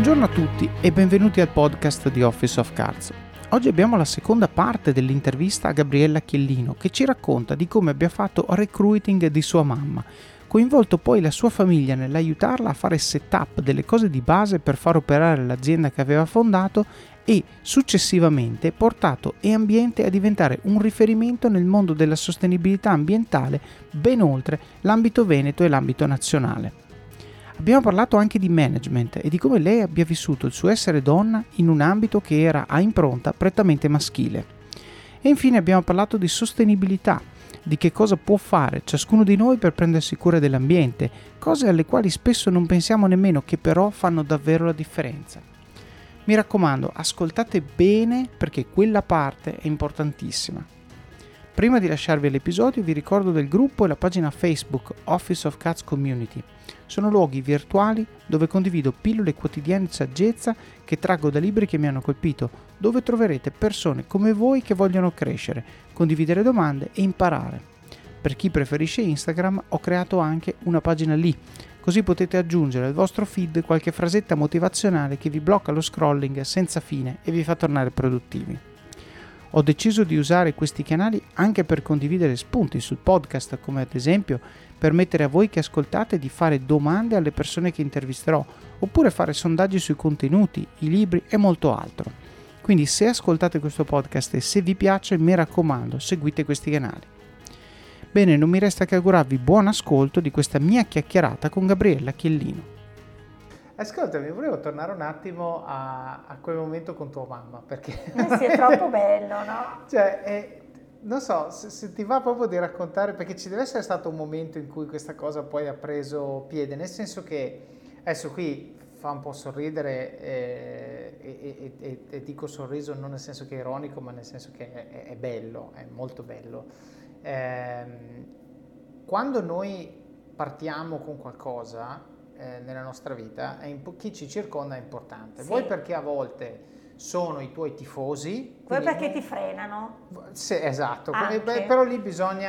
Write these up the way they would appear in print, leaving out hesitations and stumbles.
Buongiorno a tutti e benvenuti al podcast di Office of Cards. Oggi abbiamo la seconda parte dell'intervista a Gabriella Chiellino che ci racconta di come abbia fatto recruiting di sua mamma, coinvolto poi la sua famiglia nell'aiutarla a fare setup delle cose di base per far operare l'azienda che aveva fondato e successivamente portato E-Ambiente a diventare un riferimento nel mondo della sostenibilità ambientale ben oltre l'ambito veneto e l'ambito nazionale. Abbiamo parlato anche di management e di come lei abbia vissuto il suo essere donna in un ambito che era a impronta prettamente maschile. E infine abbiamo parlato di sostenibilità, di che cosa può fare ciascuno di noi per prendersi cura dell'ambiente, cose alle quali spesso non pensiamo nemmeno che però fanno davvero la differenza. Mi raccomando, ascoltate bene perché quella parte è importantissima. Prima di lasciarvi l'episodio vi ricordo del gruppo e la pagina Facebook Office of Cards Community. Sono luoghi virtuali dove condivido pillole quotidiane di saggezza che traggo da libri che mi hanno colpito, dove troverete persone come voi che vogliono crescere, condividere domande e imparare. Per chi preferisce Instagram ho creato anche una pagina lì, così potete aggiungere al vostro feed qualche frasetta motivazionale che vi blocca lo scrolling senza fine e vi fa tornare produttivi. Ho deciso di usare questi canali anche per condividere spunti sul podcast, come ad esempio permettere a voi che ascoltate di fare domande alle persone che intervisterò, oppure fare sondaggi sui contenuti, i libri e molto altro. Quindi se ascoltate questo podcast e se vi piace, mi raccomando, seguite questi canali. Bene, non mi resta che augurarvi buon ascolto di questa mia chiacchierata con Gabriella Chiellino. Ascoltami, volevo tornare un attimo a quel momento con tua mamma, perché... Sì, è troppo bello, no? Cioè, non so, se ti va proprio di raccontare, perché ci deve essere stato un momento in cui questa cosa poi ha preso piede, nel senso che, adesso qui fa un po' sorridere, e dico sorriso non nel senso che è ironico, ma nel senso che è bello, è molto bello. Quando noi partiamo con qualcosa... nella nostra vita, chi ci circonda è importante. Sì. Vuoi perché a volte sono i tuoi tifosi. Vuoi perché ti frenano. Sì, esatto. Però lì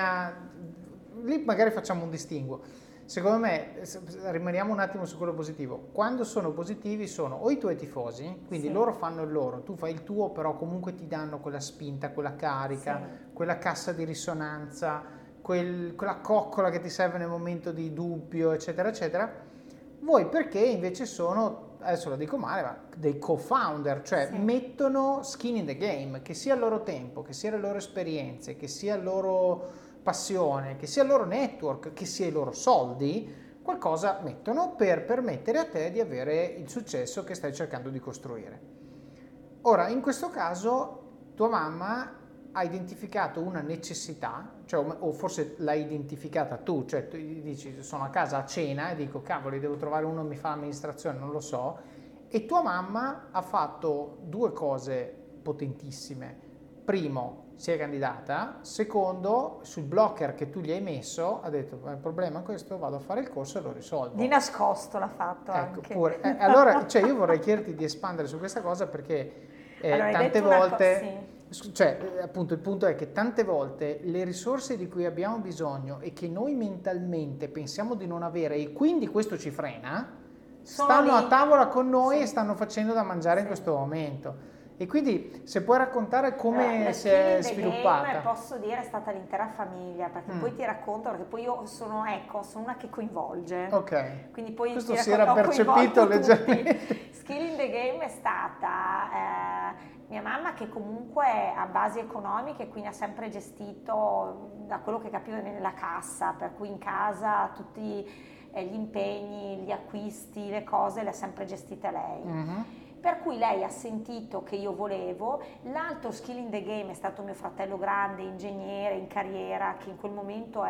magari facciamo un distinguo. Secondo me, rimaniamo un attimo su quello positivo. Quando sono positivi sono o i tuoi tifosi, quindi sì, loro fanno il loro, tu fai il tuo, però comunque ti danno quella spinta, quella carica, sì, quella cassa di risonanza, quella coccola che ti serve nel momento di dubbio, eccetera, eccetera. Voi perché invece sono, adesso lo dico male, ma dei co-founder, cioè sì, mettono skin in the game, che sia il loro tempo, che sia le loro esperienze, che sia la loro passione, che sia il loro network, che sia i loro soldi, qualcosa mettono per permettere a te di avere il successo che stai cercando di costruire. Ora, in questo caso, tua mamma ha identificato una necessità, cioè, o forse l'hai identificata tu, cioè tu dici sono a casa a cena e dico cavoli devo trovare uno che mi fa l'amministrazione, non lo so, e tua mamma ha fatto due cose potentissime. Primo, si è candidata, secondo, sul blocker che tu gli hai messo ha detto il problema è questo, vado a fare il corso e lo risolvo. Di nascosto l'ha fatto, ecco, anche. Pure. Allora, cioè io vorrei chiederti di espandere su questa cosa perché allora, tante volte... Sì. Cioè, appunto, il punto è che tante volte le risorse di cui abbiamo bisogno e che noi mentalmente pensiamo di non avere e quindi questo ci frena, stanno a tavola con noi, sì, e stanno facendo da mangiare, sì, in questo momento. E quindi se puoi raccontare come si è sviluppata. Game, posso dire, è stata l'intera famiglia, perché poi ti racconto, perché poi io sono una che coinvolge. Ok. Quindi poi questo si era percepito leggermente. Skill in the Game è stata... mia mamma che comunque ha basi economiche, quindi ha sempre gestito, da quello che capivo, nella cassa, per cui in casa tutti gli impegni, gli acquisti, le cose le ha sempre gestite lei. Mm-hmm. Per cui lei ha sentito che io volevo. L'altro skill in the game è stato mio fratello grande, ingegnere in carriera, che in quel momento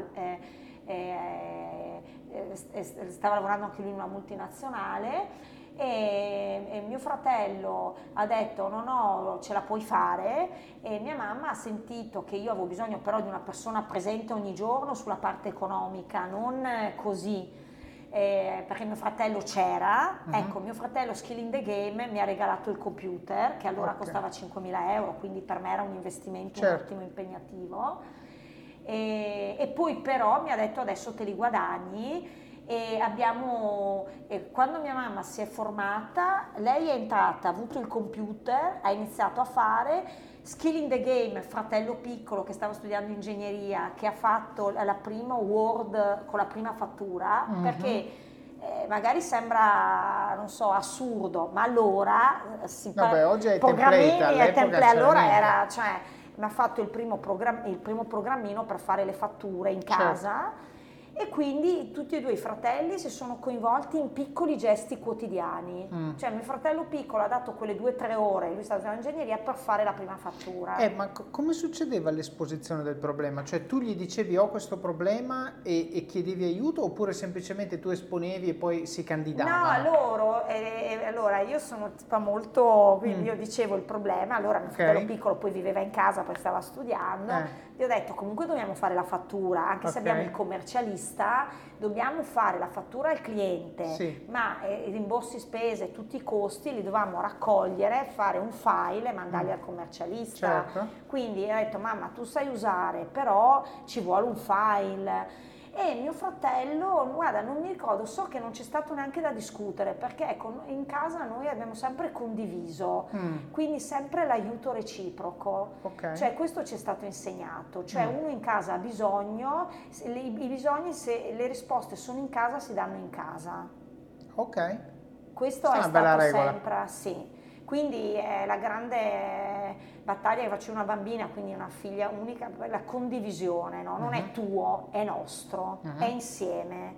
stava lavorando anche lui in una multinazionale. E mio fratello ha detto no, ce la puoi fare, e mia mamma ha sentito che io avevo bisogno però di una persona presente ogni giorno sulla parte economica, non così, perché mio fratello c'era, ecco, mio fratello Skill in the Game mi ha regalato il computer che allora costava 5.000 euro, quindi per me era un investimento, certo, un attimo impegnativo, e poi però mi ha detto adesso te li guadagni. e quando mia mamma si è formata, lei è entrata, ha avuto il computer, ha iniziato a fare Skill in the Game, fratello piccolo che stava studiando ingegneria, che ha fatto la prima Word con la prima fattura, perché magari sembra, non so, assurdo, ma allora oggi è template, allora era, cioè, mi ha fatto il primo programmino per fare le fatture in casa. E quindi tutti e due i fratelli si sono coinvolti in piccoli gesti quotidiani. Cioè mio fratello piccolo ha dato quelle 2 o 3 ore, lui sta facendo ingegneria, per fare la prima fattura. Ma come succedeva l'esposizione del problema? Cioè tu gli dicevi ho questo problema e chiedevi aiuto, oppure semplicemente tu esponevi e poi si candidavano? No, allora io sono tipo molto, quindi io dicevo il problema, allora mio fratello piccolo poi viveva in casa, poi stava studiando, gli ho detto comunque dobbiamo fare la fattura, anche se abbiamo il commercialista, dobbiamo fare la fattura al cliente, ma i rimborsi spese, tutti i costi li dovevamo raccogliere, fare un file e mandarli al commercialista. Quindi ho detto mamma tu sai usare, però ci vuole un file. E mio fratello, guarda, non mi ricordo, so che non c'è stato neanche da discutere, perché ecco, in casa noi abbiamo sempre condiviso, quindi sempre l'aiuto reciproco. Cioè questo ci è stato insegnato, cioè uno in casa ha bisogno, i bisogni, se le risposte sono in casa, si danno in casa. Questo è stato sempre, sì. Quindi la grande battaglia che facevo una bambina, quindi una figlia unica, la condivisione, no? Non è tuo, è nostro, è insieme.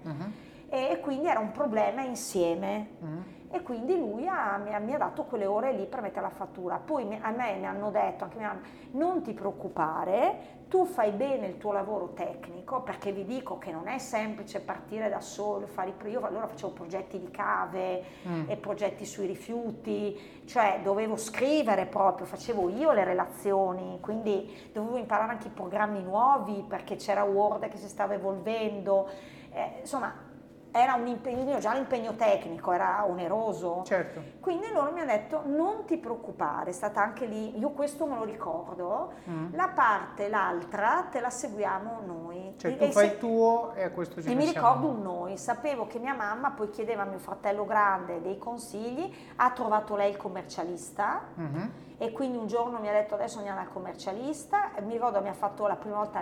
E quindi era un problema insieme. E quindi lui mi ha dato quelle ore lì per mettere la fattura. Poi a me mi hanno detto, anche mia mamma, non ti preoccupare, tu fai bene il tuo lavoro tecnico, perché vi dico che non è semplice partire da solo, io allora facevo progetti di cave e progetti sui rifiuti, cioè dovevo scrivere proprio, facevo io le relazioni, quindi dovevo imparare anche i programmi nuovi perché c'era Word che si stava evolvendo, insomma era un impegno, già l'impegno tecnico era oneroso. Quindi loro mi hanno detto non ti preoccupare, è stata anche lì, io questo me lo ricordo, la parte, l'altra te la seguiamo noi. Cioè tu fai il tuo e a questo ci pensiamo. E mi ricordo un noi, sapevo che mia mamma poi chiedeva a mio fratello grande dei consigli, ha trovato lei il commercialista. E quindi un giorno mi ha detto adesso andiamo al commercialista, mi ricordo mi ha fatto la prima volta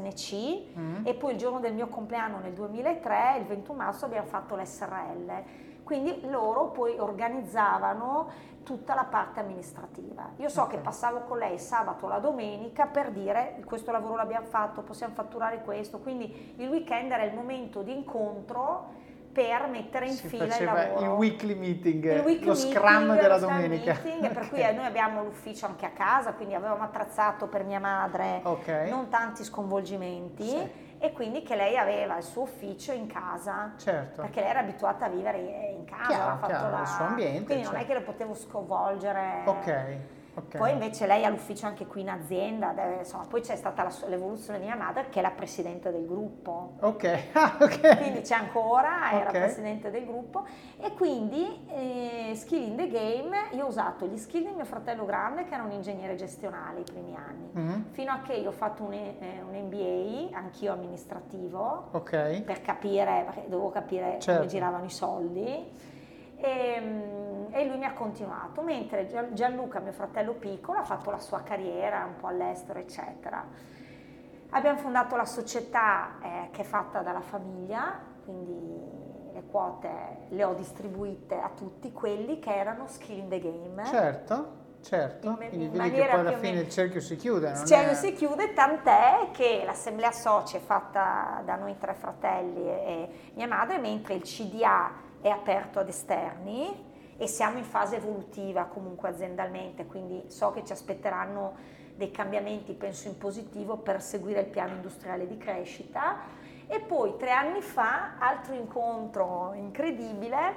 l'SNC e poi il giorno del mio compleanno nel 2003, il 21 marzo, abbiamo fatto l'SRL. Quindi loro poi organizzavano tutta la parte amministrativa. Io so che passavo con lei sabato o la domenica per dire questo lavoro l'abbiamo fatto, possiamo fatturare questo, quindi il weekend era il momento di incontro per mettere in fila il lavoro. Il weekly meeting, lo scrum della domenica. Per cui noi abbiamo l'ufficio anche a casa, quindi avevamo attrezzato per mia madre non tanti sconvolgimenti e quindi che lei aveva il suo ufficio in casa, perché lei era abituata a vivere in casa, chiaro, il suo ambiente. Quindi non è che lo potevo sconvolgere. Poi invece lei ha l'ufficio anche qui in azienda, insomma, poi c'è stata l'evoluzione di mia madre che è la presidente del gruppo. Quindi c'è ancora, era presidente del gruppo e quindi Skill in the Game, io ho usato gli skill di mio fratello grande che era un ingegnere gestionale i primi anni, fino a che io ho fatto un MBA, anch'io amministrativo, per capire, perché dovevo capire come giravano i soldi. E lui mi ha continuato, mentre Gianluca, mio fratello piccolo, ha fatto la sua carriera un po' all'estero, eccetera. Abbiamo fondato la società che è fatta dalla famiglia, quindi le quote le ho distribuite a tutti quelli che erano Skill in the Game. Certo, quindi vedi che poi alla fine il cerchio si chiude. Il cerchio si chiude, tant'è che l'assemblea soci è fatta da noi 3 fratelli e mia madre, mentre il CDA è aperto ad esterni e siamo in fase evolutiva comunque aziendalmente, quindi so che ci aspetteranno dei cambiamenti, penso in positivo, per seguire il piano industriale di crescita. E poi 3 anni fa, altro incontro incredibile,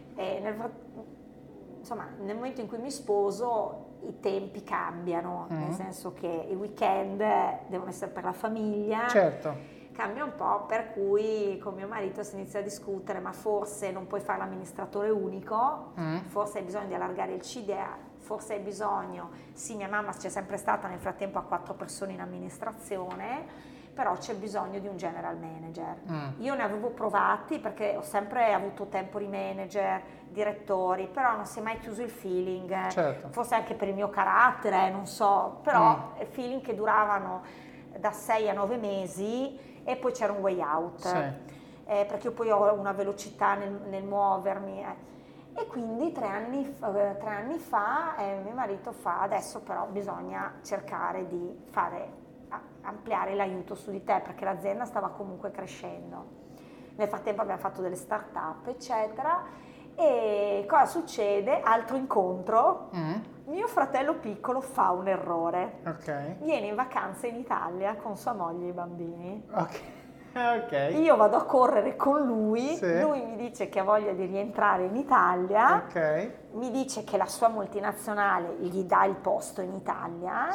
nel momento in cui mi sposo i tempi cambiano, nel senso che i weekend devono essere per la famiglia. Cambia un po', per cui con mio marito si inizia a discutere, ma forse non puoi fare l'amministratore unico, forse hai bisogno di allargare il CDA, forse hai bisogno, sì, mia mamma c'è sempre stata, nel frattempo ha 4 persone in amministrazione, però c'è bisogno di un general manager. Io ne avevo provati perché ho sempre avuto tempo di manager, direttori, però non si è mai chiuso il feeling, Certo. forse anche per il mio carattere, non so, però feeling che duravano da 6 a 9 mesi e poi c'era un way out, perché io poi ho una velocità nel muovermi. E quindi 3 anni fa mio marito fa, adesso però bisogna cercare di ampliare l'aiuto su di te, perché l'azienda stava comunque crescendo. Nel frattempo abbiamo fatto delle start-up, eccetera. E cosa succede? Altro incontro. Mio fratello piccolo fa un errore. Viene in vacanza in Italia con sua moglie e i bambini. Io vado a correre con lui, lui mi dice che ha voglia di rientrare in Italia, mi dice che la sua multinazionale gli dà il posto in Italia.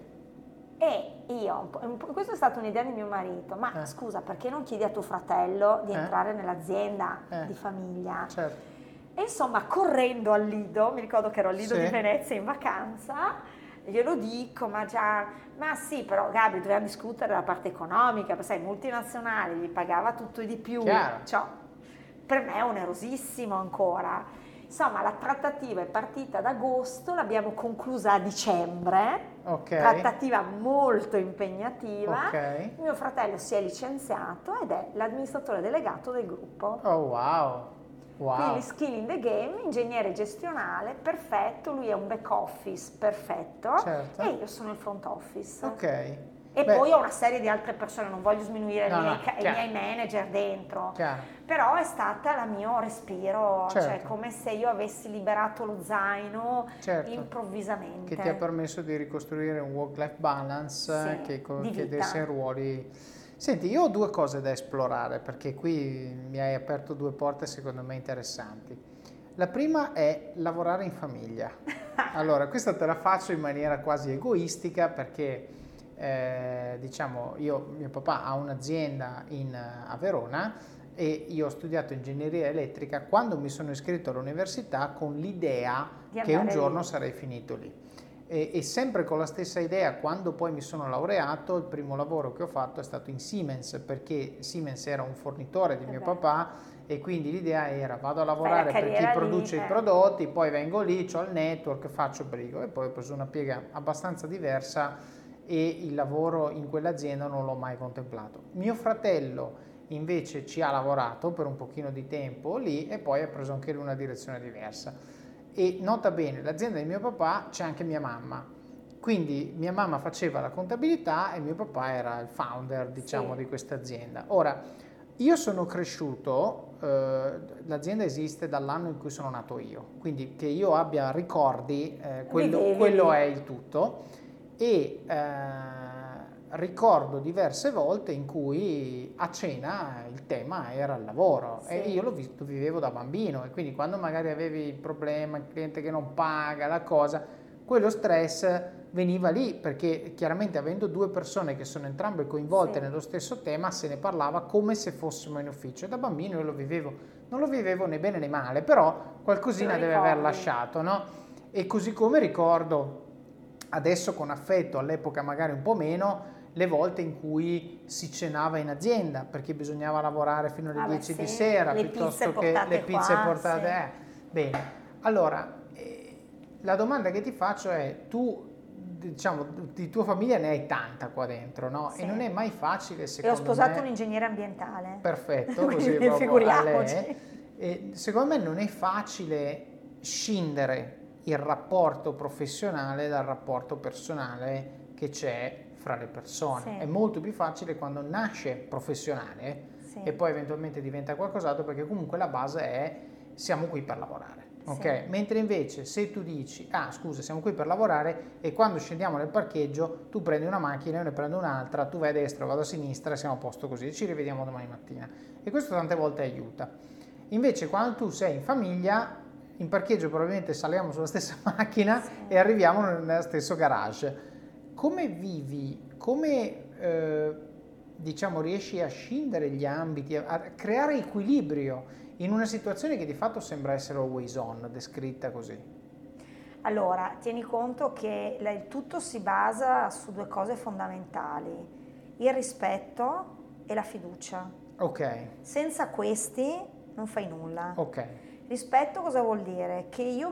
E io, questa è stata un'idea di mio marito, ma scusa, perché non chiedi a tuo fratello di entrare nell'azienda di famiglia? E insomma, correndo al Lido, mi ricordo che ero al Lido di Venezia in vacanza, glielo dico, ma sì, però Gabri, dovevamo discutere la parte economica, perché sai, multinazionale, gli pagava tutto e di più, cioè, per me è onerosissimo ancora. Insomma, la trattativa è partita ad agosto, l'abbiamo conclusa a dicembre, trattativa molto impegnativa. Mio fratello si è licenziato ed è l'amministratore delegato del gruppo. Quindi skill in the game, ingegnere gestionale, perfetto, lui è un back office perfetto e io sono il front office. E poi ho una serie di altre persone, non voglio sminuire i miei manager dentro, però è stata la mio respiro, cioè come se io avessi liberato lo zaino improvvisamente. Che ti ha permesso di ricostruire un work-life balance che desse ruoli. Senti, io ho 2 cose da esplorare, perché qui mi hai aperto 2 porte secondo me interessanti. La prima è lavorare in famiglia. Allora, questa te la faccio in maniera quasi egoistica, perché diciamo, mio papà ha un'azienda a Verona e io ho studiato ingegneria elettrica quando mi sono iscritto all'università con l'idea che un giorno sarei finito lì. E sempre con la stessa idea, quando poi mi sono laureato, il primo lavoro che ho fatto è stato in Siemens, perché Siemens era un fornitore di mio papà e quindi l'idea era vado a lavorare per chi produce i prodotti, poi vengo lì, ho il network, faccio brigo, e poi ho preso una piega abbastanza diversa e il lavoro in quell'azienda non l'ho mai contemplato. Mio fratello invece ci ha lavorato per un pochino di tempo lì e poi ha preso anche lui una direzione diversa. E nota bene, l'azienda di mio papà c'è anche mia mamma, quindi mia mamma faceva la contabilità e mio papà era il founder, diciamo, di questa azienda. Ora, io sono cresciuto, l'azienda esiste dall'anno in cui sono nato io, quindi che io abbia ricordi, quello è il tutto, e ricordo diverse volte in cui a cena il tema era il lavoro e io lo vivevo da bambino, e quindi quando magari avevi il problema, il cliente che non paga, la cosa, quello stress veniva lì, perché chiaramente avendo 2 persone che sono entrambe coinvolte nello stesso tema se ne parlava come se fossimo in ufficio, e da bambino io lo vivevo, non lo vivevo né bene né male, però qualcosina deve aver lasciato, no? E così come ricordo adesso con affetto, all'epoca magari un po' meno, le volte in cui si cenava in azienda perché bisognava lavorare fino alle 10 di sera, piuttosto che le pizze portate. Bene, allora la domanda che ti faccio è: tu, diciamo, di tua famiglia ne hai tanta qua dentro, no? E non è mai facile, secondo me. E ho sposato un ingegnere ambientale. Perfetto, così figuriamoci. E secondo me non è facile scindere il rapporto professionale dal rapporto personale che c'è fra le persone. È molto più facile quando nasce professionale e poi eventualmente diventa qualcos'altro, perché comunque la base è siamo qui per lavorare, ok? Mentre invece se tu dici scusa, siamo qui per lavorare, e quando scendiamo nel parcheggio tu prendi una macchina, io ne prendo un'altra, tu vai a destra, vado a sinistra, siamo a posto così, ci rivediamo domani mattina, e questo tante volte aiuta. Invece quando tu sei in famiglia, in parcheggio probabilmente saliamo sulla stessa macchina e arriviamo nello stesso garage. Come vivi, diciamo, riesci a scindere gli ambiti, a creare equilibrio in una situazione che di fatto sembra essere always on, descritta così? Allora, tieni conto che il tutto si basa su 2 cose fondamentali: il rispetto e la fiducia. Ok. Senza questi non fai nulla. Ok. Rispetto cosa vuol dire? Che io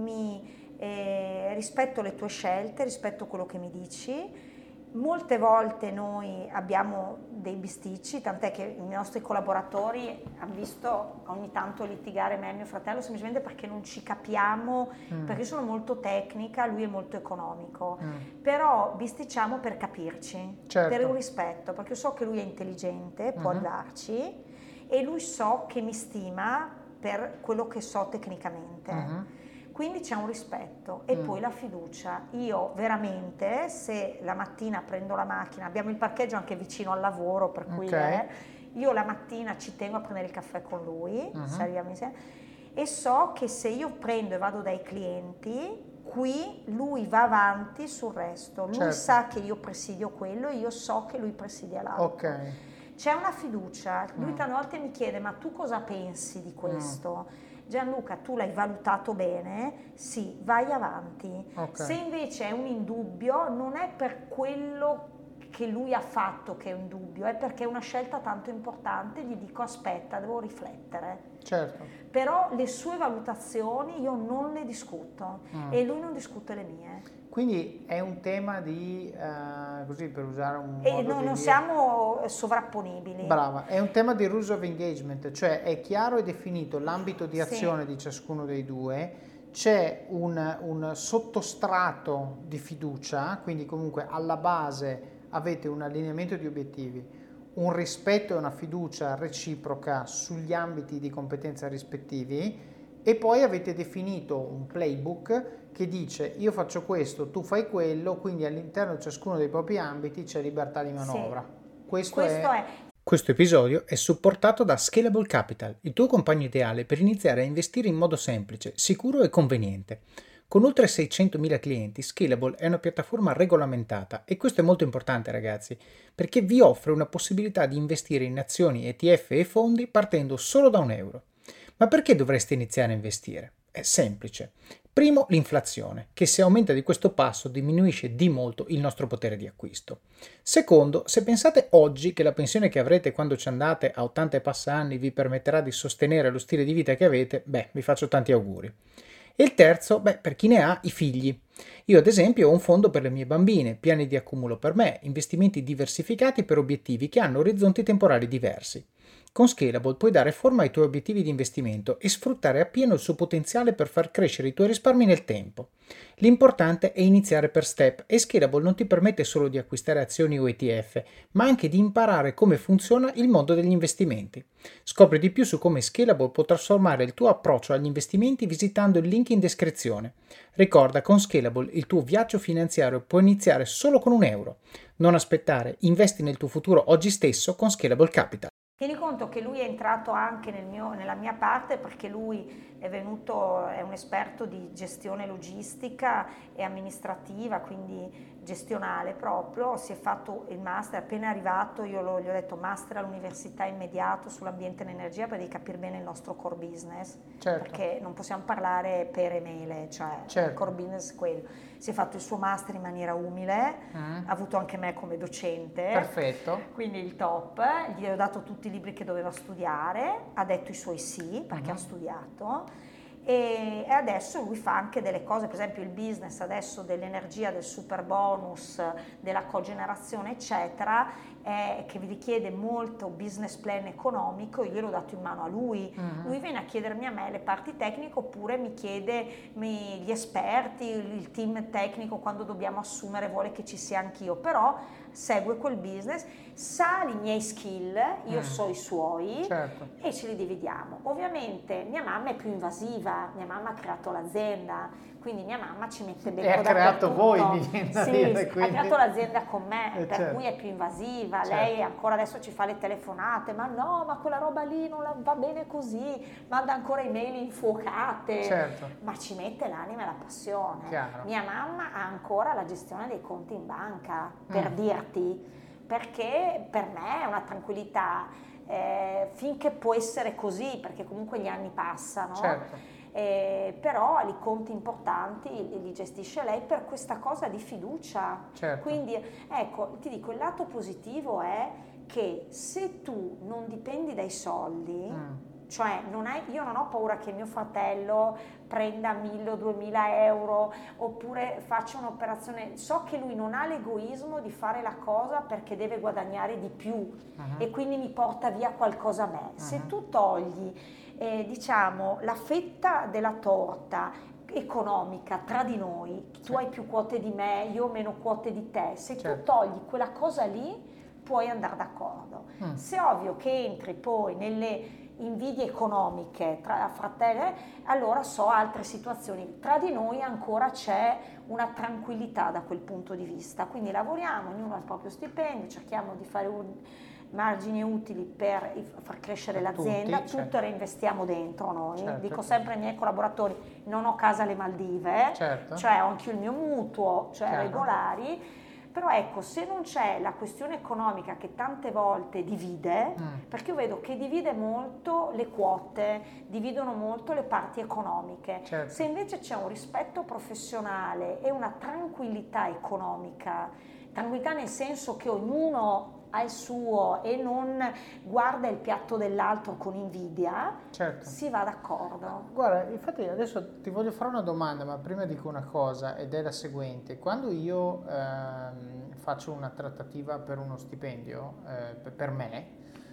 rispetto le tue scelte, rispetto quello che mi dici. Molte volte noi abbiamo dei bisticci, tant'è che i nostri collaboratori hanno visto ogni tanto litigare me e mio fratello semplicemente perché non ci capiamo, perché io sono molto tecnica, lui è molto economico, però bisticciamo per capirci, Certo. per un rispetto, perché io so che lui è intelligente, può arrivarci, e lui so che mi stima per quello che so tecnicamente. Quindi c'è un rispetto e poi la fiducia. Io veramente, se la mattina prendo la macchina, abbiamo il parcheggio anche vicino al lavoro, per cui io la mattina ci tengo a prendere il caffè con lui, se arriviamo insieme, e so che se io prendo e vado dai clienti, qui lui va avanti sul resto. Lui sa che io presidio quello e io so che lui presidia l'altro. Ok. C'è una fiducia. Lui tante volte mi chiede, ma tu cosa pensi di questo? Gianluca, tu l'hai valutato bene? Sì, vai avanti. Se invece è un indubbio, non è per quello che lui ha fatto che è un dubbio, è perché è una scelta tanto importante, gli dico aspetta, devo riflettere. Certo. Però le sue valutazioni io non le discuto e lui non discute le mie. Quindi è un tema di, così per usare un E modo noi di non dire... siamo sovrapponibili. Brava, è un tema di rules of engagement, cioè è chiaro e definito l'ambito di azione di ciascuno dei due, c'è un sottostrato di fiducia, quindi comunque alla base avete un allineamento di obiettivi, un rispetto e una fiducia reciproca sugli ambiti di competenza rispettivi e poi avete definito un playbook che dice io faccio questo, tu fai quello, quindi all'interno di ciascuno dei propri ambiti c'è libertà di manovra. Questo è... Questo episodio è supportato da Scalable Capital, il tuo compagno ideale per iniziare a investire in modo semplice, sicuro e conveniente. Con oltre 600.000 clienti, Scalable è una piattaforma regolamentata e questo è molto importante ragazzi, perché vi offre una possibilità di investire in azioni, ETF e fondi partendo solo da €1. Ma perché dovreste iniziare a investire? È semplice. Primo, l'inflazione, che se aumenta di questo passo diminuisce di molto il nostro potere di acquisto. Secondo, se pensate oggi che la pensione che avrete quando ci andate a 80 e passa anni vi permetterà di sostenere lo stile di vita che avete, vi faccio tanti auguri. E il terzo, per chi ne ha, i figli. Io ad esempio ho un fondo per le mie bambine, piani di accumulo per me, investimenti diversificati per obiettivi che hanno orizzonti temporali diversi. Con Scalable puoi dare forma ai tuoi obiettivi di investimento e sfruttare appieno il suo potenziale per far crescere i tuoi risparmi nel tempo. L'importante è iniziare per step e Scalable non ti permette solo di acquistare azioni o ETF, ma anche di imparare come funziona il mondo degli investimenti. Scopri di più su come Scalable può trasformare il tuo approccio agli investimenti visitando il link in descrizione. Ricorda, con Scalable il tuo viaggio finanziario può iniziare solo con €1. Non aspettare, investi nel tuo futuro oggi stesso con Scalable Capital. Tieni conto che lui è entrato anche nella mia parte perché lui è un esperto di gestione logistica e amministrativa, quindi gestionale proprio, si è fatto il master, appena è arrivato gli ho detto master all'università immediato sull'ambiente e l'energia per capire bene il nostro core business, perché non possiamo parlare per e mele, cioè il core business è quello. Si è fatto il suo master in maniera umile, ha avuto anche me come docente, perfetto, quindi il top, gli ho dato tutti i libri che doveva studiare, ha detto i suoi sì perché ha studiato e adesso lui fa anche delle cose, per esempio il business adesso dell'energia, del super bonus, della cogenerazione eccetera, che vi richiede molto business plan economico, io gliel'ho dato in mano a lui, lui viene a chiedermi a me le parti tecniche oppure mi chiede gli esperti, il team tecnico quando dobbiamo assumere vuole che ci sia anch'io, però segue quel business, sa i miei skill, io so i suoi e ce li dividiamo. Ovviamente mia mamma è più invasiva, mia mamma ha creato l'azienda, quindi mia mamma ci mette becco dappertutto. E ha creato voi, mi viene da dire, quindi... ha creato l'azienda con me, per cui è più invasiva, Certo. lei ancora adesso ci fa le telefonate, ma no, ma quella roba lì non va bene così, manda ancora email infuocate, Certo. ma ci mette l'anima e la passione. Chiaro. Mia mamma ha ancora la gestione dei conti in banca, per dirti, perché per me è una tranquillità, finché può essere così, perché comunque gli anni passano. Certo. però i conti importanti li gestisce lei per questa cosa di fiducia. Certo. Quindi ecco, ti dico, il lato positivo è che se tu non dipendi dai soldi, cioè io non ho paura che mio fratello prenda 1.000 o 2.000 euro oppure faccia un'operazione, so che lui non ha l'egoismo di fare la cosa perché deve guadagnare di più e quindi mi porta via qualcosa a me. Se tu togli diciamo la fetta della torta economica tra di noi, tu hai più quote di me, io ho meno quote di te, se tu togli quella cosa lì puoi andare d'accordo. Se è ovvio che entri poi nelle invidie economiche tra fratelli, allora so altre situazioni. Tra di noi ancora c'è una tranquillità da quel punto di vista, quindi lavoriamo, ognuno ha il proprio stipendio, cerchiamo di fare margini utili per far crescere l'azienda, tutto reinvestiamo dentro noi. Dico sempre ai miei collaboratori, non ho casa alle Maldive, cioè ho anche il mio mutuo, cioè regolari. Però ecco, se non c'è la questione economica che tante volte divide, perché io vedo che divide molto le quote, dividono molto le parti economiche, se invece c'è un rispetto professionale e una tranquillità economica, tranquillità nel senso che ognuno ha il suo e non guarda il piatto dell'altro con invidia, si va d'accordo. Guarda, infatti adesso ti voglio fare una domanda, ma prima dico una cosa, ed è la seguente. Quando io faccio una trattativa per uno stipendio, per me,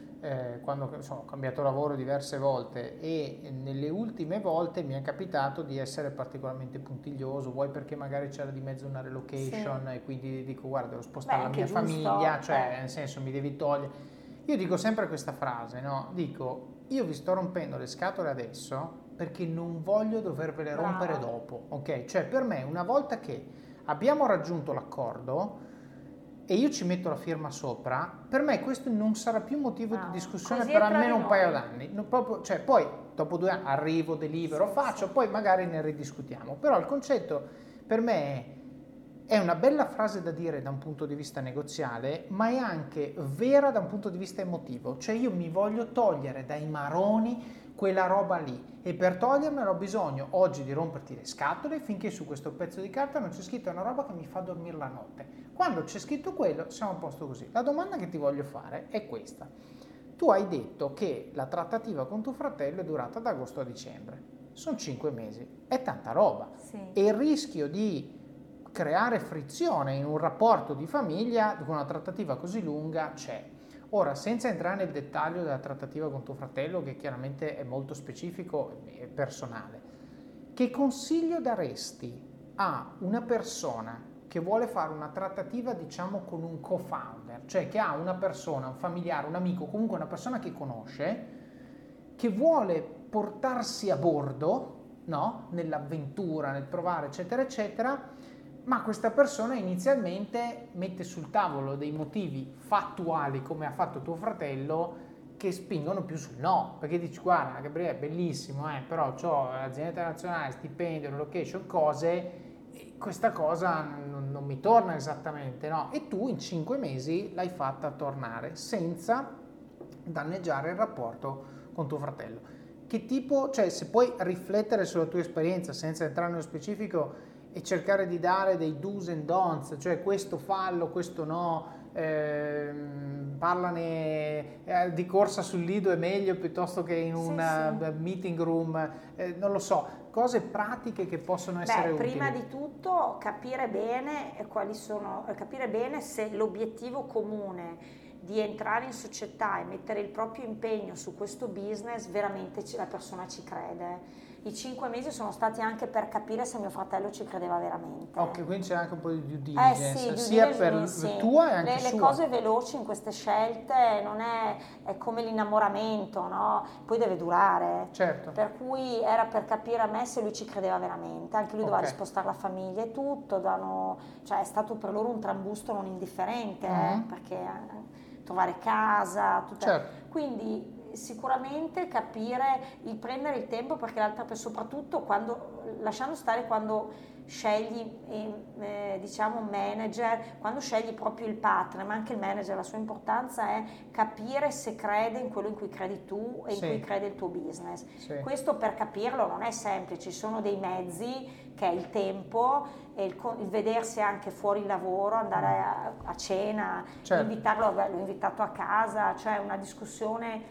quando ho cambiato lavoro diverse volte e nelle ultime volte mi è capitato di essere particolarmente puntiglioso, vuoi perché magari c'era di mezzo una relocation e quindi dico guarda devo spostare la mia famiglia, cioè nel senso mi devi togliere. Io dico sempre questa frase, no? Dico io vi sto rompendo le scatole adesso perché non voglio dovervele rompere dopo, ok? Cioè per me una volta che abbiamo raggiunto l'accordo e io ci metto la firma sopra, per me questo non sarà più motivo di discussione per almeno un paio d'anni. Cioè, poi dopo 2 anni arrivo, delibero, faccio, poi magari ne ridiscutiamo. Però il concetto per me è una bella frase da dire da un punto di vista negoziale, ma è anche vera da un punto di vista emotivo. Cioè io mi voglio togliere dai maroni quella roba lì e per togliermela ho bisogno oggi di romperti le scatole finché su questo pezzo di carta non c'è scritto una roba che mi fa dormire la notte. Quando c'è scritto quello siamo a posto così. La domanda che ti voglio fare è questa. Tu hai detto che la trattativa con tuo fratello è durata da agosto a dicembre. Sono 5 mesi, è tanta roba. E il rischio di creare frizione in un rapporto di famiglia con una trattativa così lunga c'è. Ora, senza entrare nel dettaglio della trattativa con tuo fratello, che chiaramente è molto specifico e personale, che consiglio daresti a una persona che vuole fare una trattativa, diciamo, con un co-founder, cioè che ha una persona, un familiare, un amico, comunque una persona che conosce, che vuole portarsi a bordo, no? Nell'avventura, nel provare, eccetera, eccetera, ma questa persona inizialmente mette sul tavolo dei motivi fattuali, come ha fatto tuo fratello, che spingono più sul no, perché dici guarda Gabriele è bellissimo, però ho l'azienda internazionale, stipendio, relocation, cose, e questa cosa non mi torna esattamente, no? E tu in 5 mesi l'hai fatta tornare senza danneggiare il rapporto con tuo fratello. Che tipo, cioè se puoi riflettere sulla tua esperienza senza entrare nello specifico e cercare di dare dei do's and don'ts, cioè questo fallo, questo no, parlane di corsa sul lido è meglio piuttosto che in un meeting room, non lo so, cose pratiche che possono essere utili. Prima di tutto capire bene capire bene se l'obiettivo comune di entrare in società e mettere il proprio impegno su questo business veramente la persona ci crede. I 5 mesi sono stati anche per capire se mio fratello ci credeva veramente. Ok, quindi c'è anche un po' di due diligence, sia per tua e anche sua. Le cose veloci in queste scelte non è come l'innamoramento, no? Poi deve durare. Certo. Per cui era per capire a me se lui ci credeva veramente. Anche lui doveva rispostare la famiglia e tutto. Cioè è stato per loro un trambusto non indifferente, perché trovare casa, quindi sicuramente capire, il prendere il tempo, perché l'altra persona, soprattutto quando, lasciando stare quando scegli diciamo un manager, quando scegli proprio il partner, ma anche il manager, la sua importanza è capire se crede in quello in cui credi tu e in cui crede il tuo business. Questo, per capirlo, non è semplice, ci sono dei mezzi, che è il tempo e il vedersi anche fuori il lavoro, andare a cena, invitarlo, l'ho invitato a casa, cioè una discussione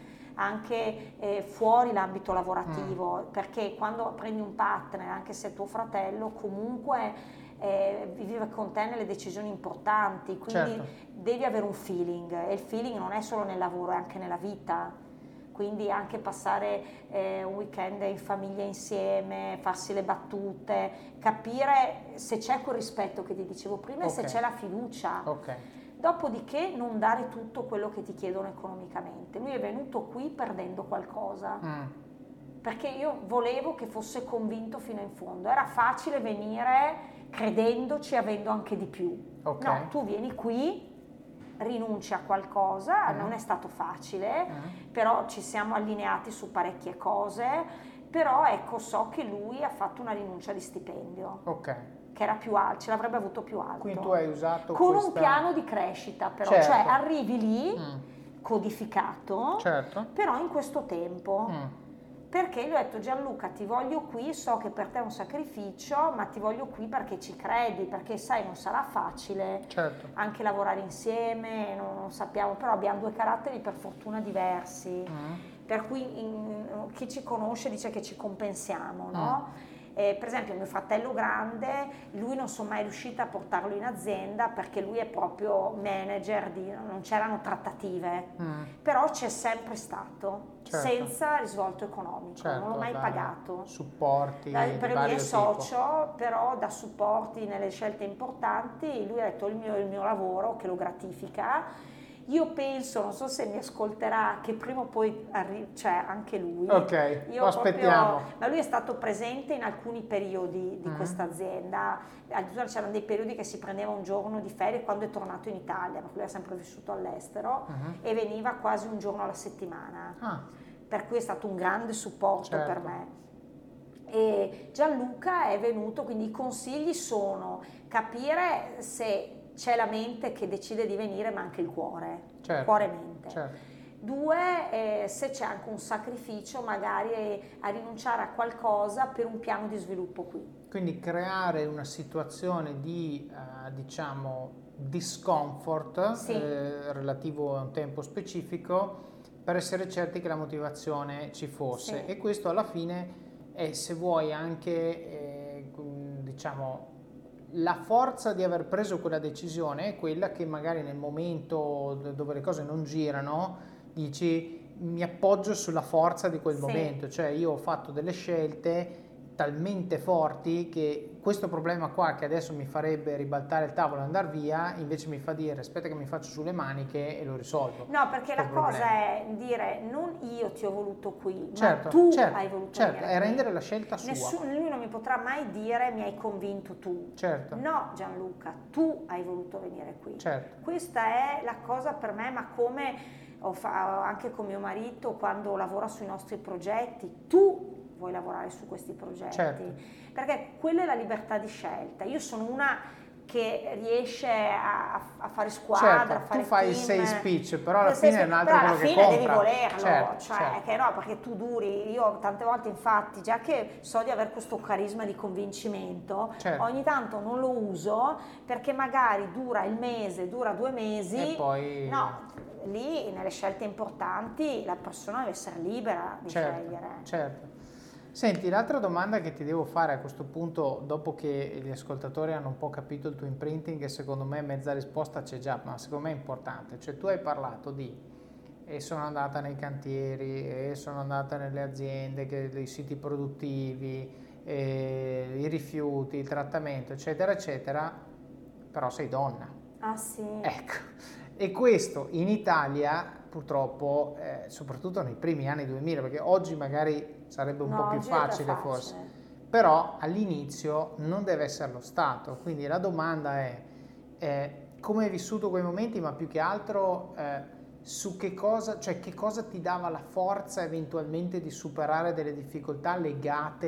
anche fuori l'ambito lavorativo, perché quando prendi un partner, anche se è tuo fratello, comunque vive con te nelle decisioni importanti, quindi devi avere un feeling, e il feeling non è solo nel lavoro, è anche nella vita, quindi anche passare un weekend in famiglia insieme, farsi le battute, capire se c'è quel rispetto che ti dicevo prima e se c'è la fiducia. Dopodiché non dare tutto quello che ti chiedono economicamente. Lui è venuto qui perdendo qualcosa, perché io volevo che fosse convinto fino in fondo. Era facile venire credendoci, avendo anche di più. No, tu vieni qui, rinunci a qualcosa, non è stato facile, però ci siamo allineati su parecchie cose, però ecco, so che lui ha fatto una rinuncia di stipendio. Che era più alto, ce l'avrebbe avuto più alto. Quindi tu hai usato con un piano di crescita, però, cioè arrivi lì codificato, però in questo tempo. Perché gli ho detto: Gianluca, ti voglio qui, so che per te è un sacrificio, ma ti voglio qui perché ci credi, perché sai non sarà facile anche lavorare insieme, non sappiamo, però abbiamo due caratteri per fortuna diversi, per cui chi ci conosce dice che ci compensiamo, no? Per esempio mio fratello grande, lui non sono mai riuscita a portarlo in azienda perché lui è proprio manager, non c'erano trattative, però c'è sempre stato, senza risvolto economico, non l'ho mai pagato. Supporti Per lui è socio, però da supporti nelle scelte importanti, lui ha detto il mio lavoro che lo gratifica. Io penso, non so se mi ascolterà, che prima o poi cioè anche lui. Lo aspettiamo. Ma lui è stato presente in alcuni periodi di questa azienda, addirittura c'erano dei periodi che si prendeva un giorno di ferie quando è tornato in Italia, perché lui ha sempre vissuto all'estero, e veniva quasi un giorno alla settimana. Per cui è stato un grande supporto per me. E Gianluca è venuto, quindi i consigli sono capire se c'è la mente che decide di venire, ma anche il cuore, cuore e mente. 2, se c'è anche un sacrificio magari a rinunciare a qualcosa per un piano di sviluppo qui. Quindi creare una situazione di, diciamo, discomfort relativo a un tempo specifico per essere certi che la motivazione ci fosse. E questo alla fine è, se vuoi, anche, diciamo, la forza di aver preso quella decisione è quella che magari nel momento dove le cose non girano dici: mi appoggio sulla forza di quel momento, cioè io ho fatto delle scelte talmente forti che questo problema qua, che adesso mi farebbe ribaltare il tavolo e andare via, invece mi fa dire: aspetta che mi faccio sulle maniche e lo risolvo. No, perché la cosa è dire: non io ti ho voluto qui, ma tu hai voluto venire è rendere la scelta sua. Lui non mi potrà mai dire: mi hai convinto tu. No, Gianluca, tu hai voluto venire qui. Questa è la cosa per me, ma come anche con mio marito quando lavora sui nostri progetti, tu vuoi lavorare su questi progetti, perché quella è la libertà di scelta. Io sono una che riesce a fare squadra, a fare tu fai team. il sales speech, però alla fine è un altro quello che compra. Devi volerlo, che no, perché tu duri. Io tante volte, infatti, già che so di avere questo carisma di convincimento, ogni tanto non lo uso perché magari dura il mese, dura 2 mesi e poi lì nelle scelte importanti la persona deve essere libera di scegliere. Senti, l'altra domanda che ti devo fare a questo punto, dopo che gli ascoltatori hanno un po' capito il tuo imprinting, e secondo me mezza risposta c'è già, ma secondo me è importante, cioè tu hai parlato di e sono andata nei cantieri, e sono andata nelle aziende, dei siti produttivi, i rifiuti, il trattamento, eccetera, eccetera, però sei donna. Ecco, e questo in Italia purtroppo, soprattutto nei primi anni 2000, perché oggi magari sarebbe un po' più facile forse, però all'inizio non deve essere lo Stato. Quindi la domanda è come hai vissuto quei momenti, ma più che altro su che cosa ti dava la forza eventualmente di superare delle difficoltà legate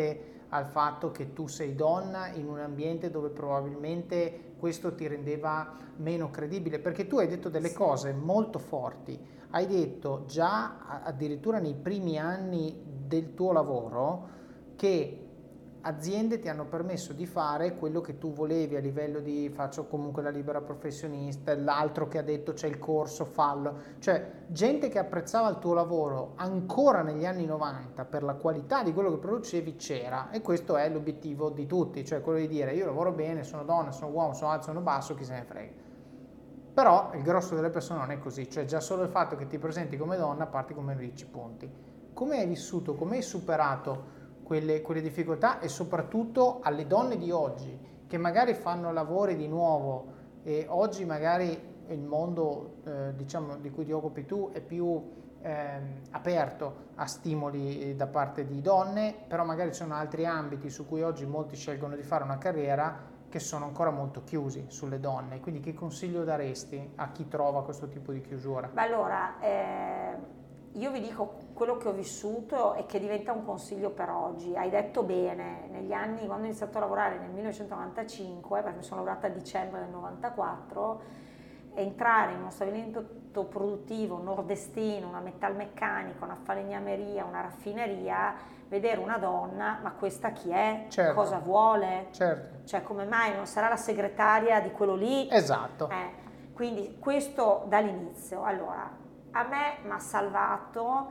al fatto che tu sei donna in un ambiente dove probabilmente questo ti rendeva meno credibile? Perché tu hai detto delle cose molto forti, hai detto già addirittura nei primi anni del tuo lavoro che aziende ti hanno permesso di fare quello che tu volevi a livello di faccio comunque la libera professionista, l'altro che ha detto c'è il corso, fallo, cioè gente che apprezzava il tuo lavoro ancora negli anni 90 per la qualità di quello che producevi c'era, e questo è l'obiettivo di tutti, cioè quello di dire io lavoro bene, sono donna, sono uomo, sono alto, sono basso, chi se ne frega. Però il grosso delle persone non è così, cioè già solo il fatto che ti presenti come donna parti come 10 punti. Come hai vissuto, come hai superato quelle difficoltà, e soprattutto alle donne di oggi che magari fanno lavori di nuovo, e oggi magari il mondo diciamo di cui ti occupi tu è più aperto a stimoli da parte di donne, però magari ci sono altri ambiti su cui oggi molti scelgono di fare una carriera che sono ancora molto chiusi sulle donne. Quindi che consiglio daresti a chi trova questo tipo di chiusura? Beh, allora, io vi dico quello che ho vissuto e che diventa un consiglio per oggi. Hai detto bene, negli anni, quando ho iniziato a lavorare nel 1995, perché mi sono laureata a dicembre del 94, entrare in uno stabilimento produttivo nordestino, una metalmeccanica, una falegnameria, una raffineria, vedere una donna, ma questa chi è? Certo. Cosa vuole? Certo. Cioè, come mai non sarà la segretaria di quello lì? Esatto. Quindi questo dall'inizio. Allora, a me mi ha salvato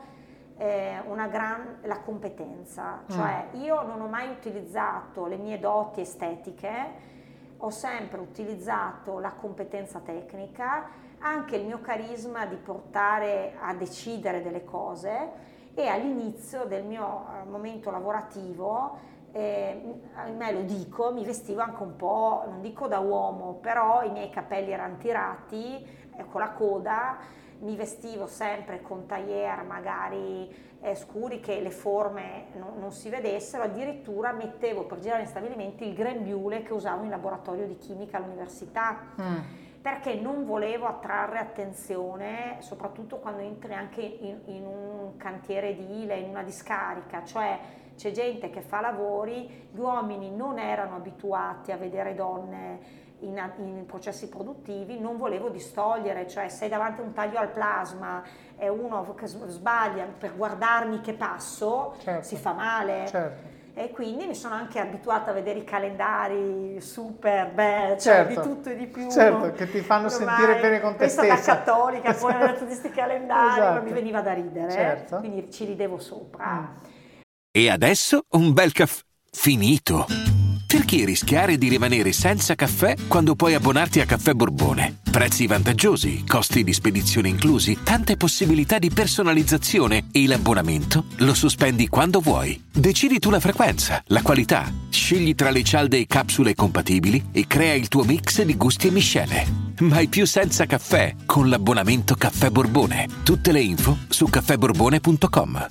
la competenza, cioè io non ho mai utilizzato le mie doti estetiche, ho sempre utilizzato la competenza tecnica, anche il mio carisma di portare a decidere delle cose, e all'inizio del mio momento lavorativo, me lo dico, mi vestivo anche un po', non dico da uomo, però i miei capelli erano tirati, con la coda, mi vestivo sempre con tailleur magari scuri, che le forme non si vedessero, addirittura mettevo per girare in stabilimenti il grembiule che usavo in laboratorio di chimica all'università, perché non volevo attrarre attenzione, soprattutto quando entri anche in un cantiere edile, in una discarica, cioè c'è gente che fa lavori, gli uomini non erano abituati a vedere donne in processi produttivi, non volevo distogliere, cioè sei davanti a un taglio al plasma e uno che sbaglia per guardarmi che passo, certo, si fa male. Certo. E quindi mi sono anche abituata a vedere i calendari super, cioè certo, di tutto e di più. Certo, che ti fanno sentire bene con te stessa. Penso da cattolica, poi ho letto tutti questi calendari, esatto. ma mi veniva da ridere, certo. Quindi ci ridevo sopra. E adesso un bel caffè finito. Perché rischiare di rimanere senza caffè quando puoi abbonarti a Caffè Borbone? Prezzi vantaggiosi, costi di spedizione inclusi, tante possibilità di personalizzazione, e l'abbonamento lo sospendi quando vuoi. Decidi tu la frequenza, la qualità, scegli tra le cialde e capsule compatibili e crea il tuo mix di gusti e miscele. Mai più senza caffè con l'abbonamento Caffè Borbone. Tutte le info su caffèborbone.com.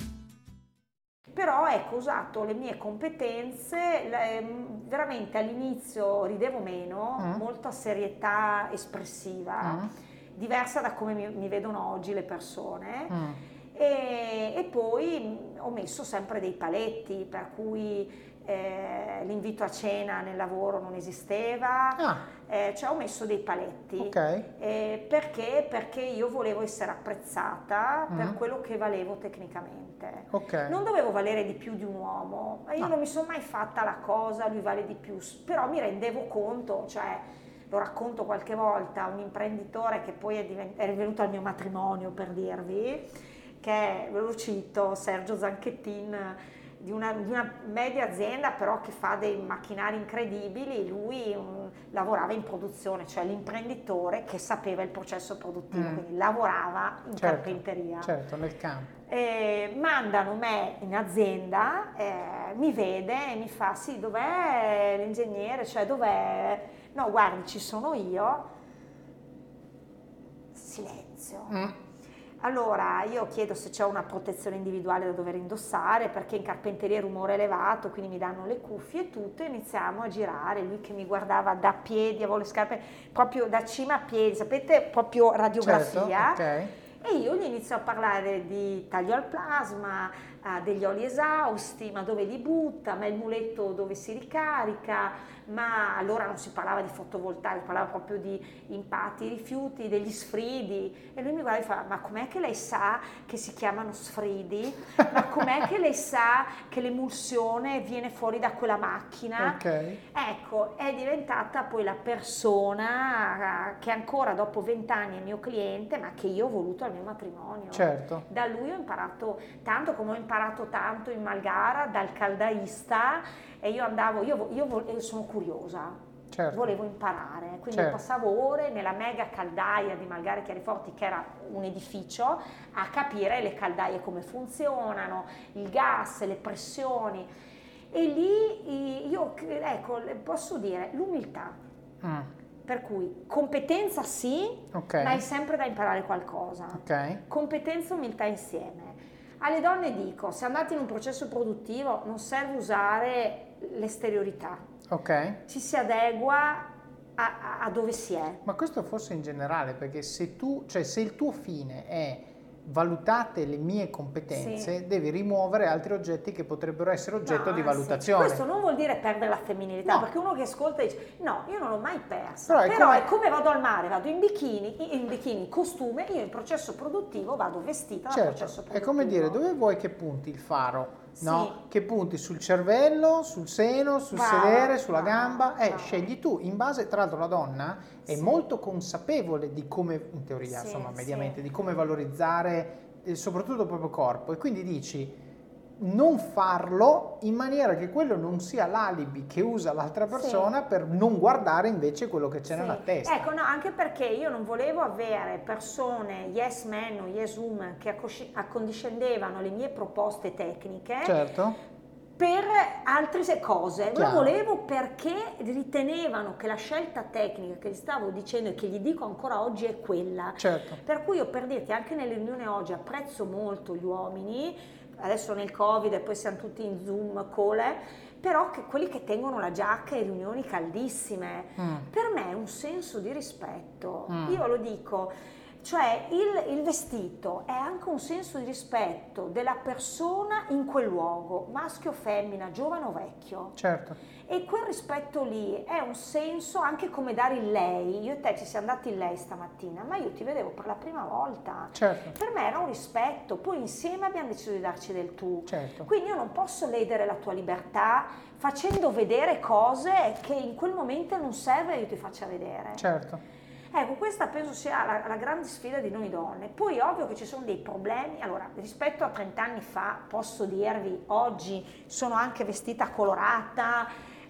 Però ecco, ho usato le mie competenze, veramente all'inizio ridevo meno, molta serietà espressiva, diversa da come mi vedono oggi le persone, e poi ho messo sempre dei paletti, per cui l'invito a cena nel lavoro non esisteva, cioè ho messo dei paletti, perché io volevo essere apprezzata per quello che valevo tecnicamente. Non dovevo valere di più di un uomo, io non mi sono mai fatta la cosa lui vale di più, però mi rendevo conto, cioè lo racconto qualche volta, un imprenditore che poi è venuto al mio matrimonio, per dirvi, che ve lo cito, Sergio Zanchettin, di una media azienda però che fa dei macchinari incredibili. Lui lavorava in produzione, cioè l'imprenditore che sapeva il processo produttivo, quindi lavorava in carpenteria. Certo, nel campo. Mandano me in azienda, mi vede e mi fa: sì, dov'è l'ingegnere, cioè dov'è? No, guardi, ci sono io. Silenzio. Allora io chiedo se c'è una protezione individuale da dover indossare, perché in carpenteria è rumore elevato, quindi mi danno le cuffie e tutto, e iniziamo a girare, lui che mi guardava da piedi, avevo le scarpe proprio da cima a piedi, sapete, proprio radiografia. Certo, E io gli inizio a parlare di taglio al plasma, degli oli esausti, ma dove li butta, ma il muletto dove si ricarica, ma allora non si parlava di fotovoltaico, si parlava proprio di impatti, rifiuti, degli sfridi. E lui mi guarda e fa: ma com'è che lei sa che si chiamano sfridi? Ma com'è che lei sa che l'emulsione viene fuori da quella macchina? Okay. Ecco, è diventata poi la persona che ancora dopo 20 anni è mio cliente, ma che io ho voluto al mio matrimonio. Certo. Da lui ho imparato tanto, come ho imparato tanto in Malgara dal caldaista, e io andavo, io sono curiosa. Certo. Volevo imparare, quindi Certo. passavo ore nella mega caldaia di Malgara Chiariforti, che era un edificio, a capire le caldaie come funzionano, il gas, le pressioni. E lì io, ecco, posso dire l'umiltà. Per cui competenza sì, Ok. ma è sempre da imparare qualcosa. Ok. Competenza e umiltà insieme. Alle donne dico, se andate in un processo produttivo non serve usare l'esteriorità, Ok. ci si adegua a dove si è. Ma questo forse in generale, perché se tu, cioè se il tuo fine è valutate le mie competenze, Sì. devi rimuovere altri oggetti che potrebbero essere oggetto di No, valutazione. Questo non vuol dire perdere la femminilità, No. perché uno che ascolta dice no, io non l'ho mai persa, Però però è è come vado al mare, vado in bikini, in costume, io in processo produttivo vado vestita da processo Certo, produttivo. è come dire, dove vuoi che punti il faro? No? Sì. Che punti sul cervello, sul seno, sul Brava, sedere, sulla brava, gamba, brava. scegli tu. In base, tra l'altro la donna è Sì. molto consapevole di come, in teoria, Sì, insomma, sì. mediamente, di come valorizzare soprattutto il proprio corpo, e quindi dici non farlo in maniera che quello non sia l'alibi che usa l'altra persona per non guardare invece quello che c'è Sì. nella testa. Ecco, no, anche perché io non volevo avere persone yes man o yes woman che accondiscendevano le mie proposte tecniche Certo, per altre cose. Lo Chiaro. volevo perché ritenevano che la scelta tecnica che gli stavo dicendo e che gli dico ancora oggi è quella. certo. Per cui io, per dirti, anche nelle riunioni oggi apprezzo molto gli uomini, adesso nel Covid e poi siamo tutti in Zoom, call, però che quelli che tengono la giacca in riunioni caldissime, per me è un senso di rispetto. Io lo dico, cioè il vestito è anche un senso di rispetto della persona in quel luogo, maschio o femmina, giovane o vecchio. Certo. E quel rispetto lì è un senso anche come dare il lei. Io e te ci siamo dati il lei stamattina, ma io ti vedevo per la prima volta. Certo. Per me era un rispetto, poi insieme abbiamo deciso di darci del tu. Certo. Quindi io non posso ledere la tua libertà facendo vedere cose che in quel momento non serve che io ti faccia vedere. Certo. Ecco, questa penso sia la grande sfida di noi donne. Poi è ovvio che ci sono dei problemi. Allora, rispetto a 30 anni fa, posso dirvi, oggi sono anche vestita colorata,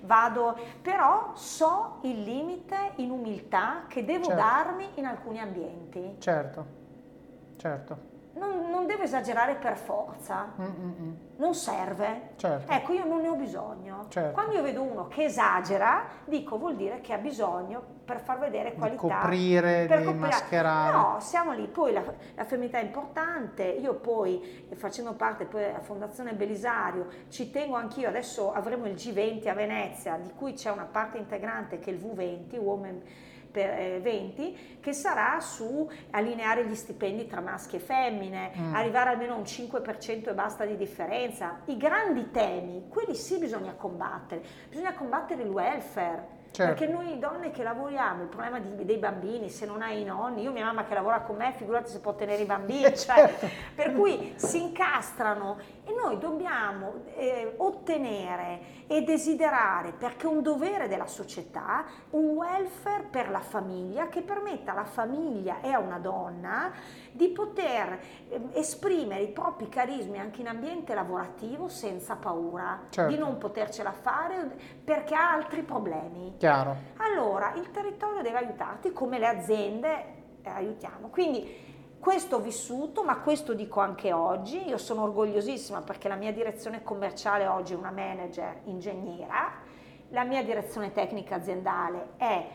però so il limite in umiltà che devo Certo. darmi in alcuni ambienti. Certo. Certo. Non devo esagerare per forza, non serve. Certo. Ecco, io non ne ho bisogno. Certo. Quando io vedo uno che esagera, dico vuol dire che ha bisogno per far vedere qualità. Coprire, per di coprire. mascherare. No, siamo lì. Poi la femminilità è importante. Io poi, facendo parte poi della Fondazione Belisario, ci tengo anch'io. Adesso avremo il G20 a Venezia, di cui c'è una parte integrante che è il V20, Women per 20, che sarà su allineare gli stipendi tra maschi e femmine, arrivare almeno a un 5% e basta di differenza. I grandi temi, quelli sì bisogna combattere il welfare. Certo. Perché noi donne che lavoriamo, il problema dei bambini, se non hai i nonni, io mia mamma che lavora con me, figurati se può tenere i bambini, Certo. per cui si incastrano e noi dobbiamo ottenere e desiderare, perché è un dovere della società, un welfare per la famiglia che permetta alla famiglia e a una donna di poter esprimere i propri carismi anche in ambiente lavorativo senza paura, Certo. di non potercela fare perché ha altri problemi. Chiaro. Allora, il territorio deve aiutarti come le aziende aiutiamo. Quindi questo ho vissuto, ma questo dico anche oggi. Io sono orgogliosissima perché la mia direzione commerciale oggi è una manager ingegnera, la mia direzione tecnica aziendale è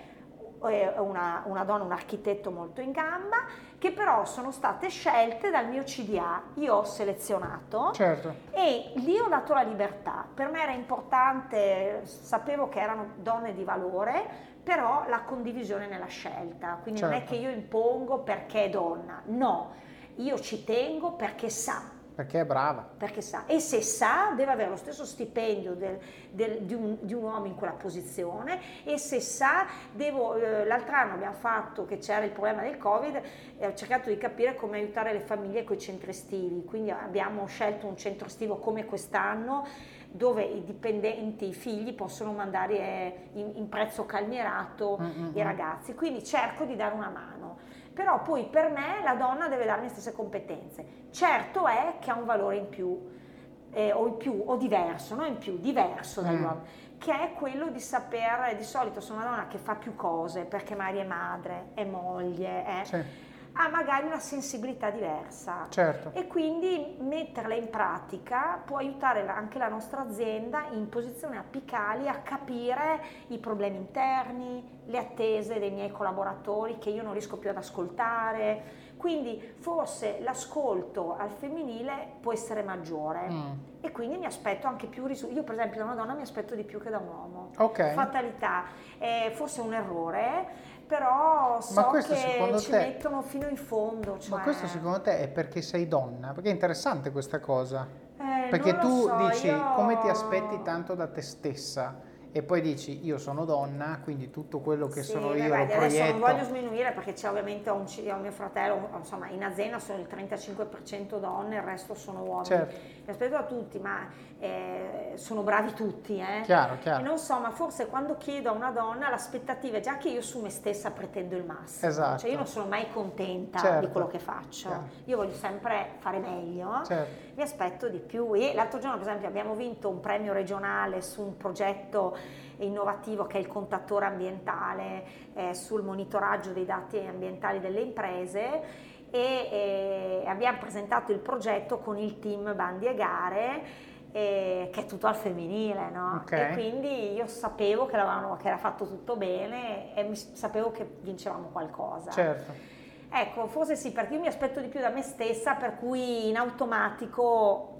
una donna, un architetto molto in gamba, che però sono state scelte dal mio CDA. Io ho selezionato. Certo. E lì ho dato la libertà. Per me era importante, sapevo che erano donne di valore, però la condivisione nella scelta. Quindi non è Certo. che io impongo perché è donna, no. io ci tengo perché sa. Perché è brava. Perché sa, e se sa deve avere lo stesso stipendio di un uomo in quella posizione, e se sa l'altro anno abbiamo fatto, che c'era il problema del Covid, ho cercato di capire come aiutare le famiglie con i centri estivi, quindi abbiamo scelto un centro estivo come quest'anno dove i dipendenti, i figli possono mandare in prezzo calmierato i ragazzi, quindi cerco di dare una mano. Però poi per me la donna deve darmi le stesse competenze. Certo è che ha un valore in più, o diverso, non in più, diverso dall'uomo, che è quello di sapere, di solito sono una donna che fa più cose, perché magari è madre, è moglie, ha magari una sensibilità diversa. Certo. E quindi metterla in pratica può aiutare anche la nostra azienda in posizioni apicali a capire i problemi interni, le attese dei miei collaboratori che io non riesco più ad ascoltare. Quindi forse l'ascolto al femminile può essere maggiore e quindi mi aspetto anche più risultati. Io per esempio da una donna mi aspetto di più che da un uomo. Fatalità, forse è un errore, però so che ci mettono fino in fondo. Cioè... Ma questo secondo te è perché sei donna? Perché è interessante questa cosa. Perché tu dici come ti aspetti tanto da te stessa e poi dici io sono donna, quindi tutto quello che sono io lo proietto. Adesso non voglio sminuire perché c'è ovviamente ho mio fratello, insomma in azienda sono il 35% donne, il resto sono uomini. Certo. Rispetto a tutti, ma sono bravi tutti. Chiaro. E non so, ma forse quando chiedo a una donna l'aspettativa è già che io su me stessa pretendo il massimo. Esatto. Cioè io non sono mai contenta di quello che faccio. Io voglio sempre fare meglio. Mi aspetto di più. E l'altro giorno per esempio abbiamo vinto un premio regionale su un progetto innovativo che è il contatore ambientale sul monitoraggio dei dati ambientali delle imprese e abbiamo presentato il progetto con il team bandi e gare che è tutto al femminile, no? E quindi io sapevo che era fatto tutto bene e sapevo che vincevamo qualcosa. Certo. Ecco, forse sì, perché io mi aspetto di più da me stessa, per cui in automatico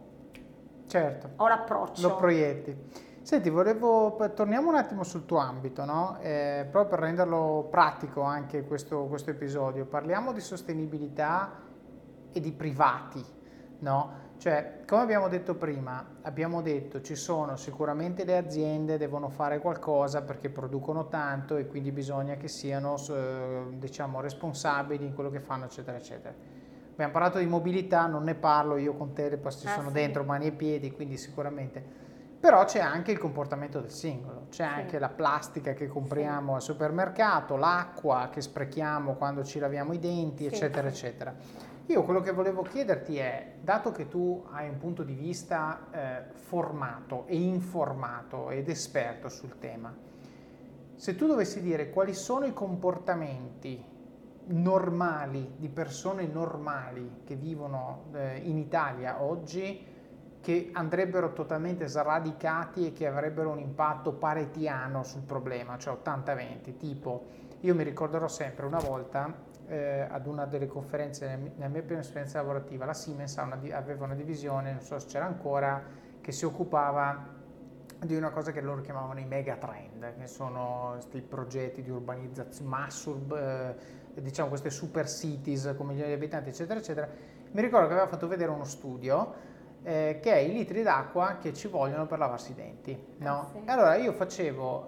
ho l'approccio. Lo proietti. Senti, torniamo un attimo sul tuo ambito, no? Proprio per renderlo pratico anche questo episodio. Parliamo di sostenibilità e di privati, no? Cioè, come abbiamo detto prima, ci sono sicuramente le aziende, devono fare qualcosa perché producono tanto e quindi bisogna che siano, diciamo, responsabili in quello che fanno, eccetera, eccetera. Abbiamo parlato di mobilità, non ne parlo, io con te ci sono dentro mani e piedi, quindi sicuramente. Però c'è anche il comportamento del singolo, c'è anche la plastica che compriamo al supermercato, l'acqua che sprechiamo quando ci laviamo i denti, eccetera, eccetera. Io quello che volevo chiederti è, dato che tu hai un punto di vista formato e informato ed esperto sul tema, se tu dovessi dire quali sono i comportamenti normali di persone normali che vivono in Italia oggi, che andrebbero totalmente sradicati e che avrebbero un impatto paretiano sul problema, cioè 80-20, tipo io mi ricorderò sempre una volta ad una delle conferenze nella mia prima esperienza lavorativa, la Siemens aveva una divisione, non so se c'era ancora, che si occupava di una cosa che loro chiamavano i megatrend, che sono questi progetti di urbanizzazione, diciamo queste super cities con milioni di abitanti, eccetera, eccetera. Mi ricordo che aveva fatto vedere uno studio che è i litri d'acqua che ci vogliono per lavarsi i denti, no? E allora io facevo,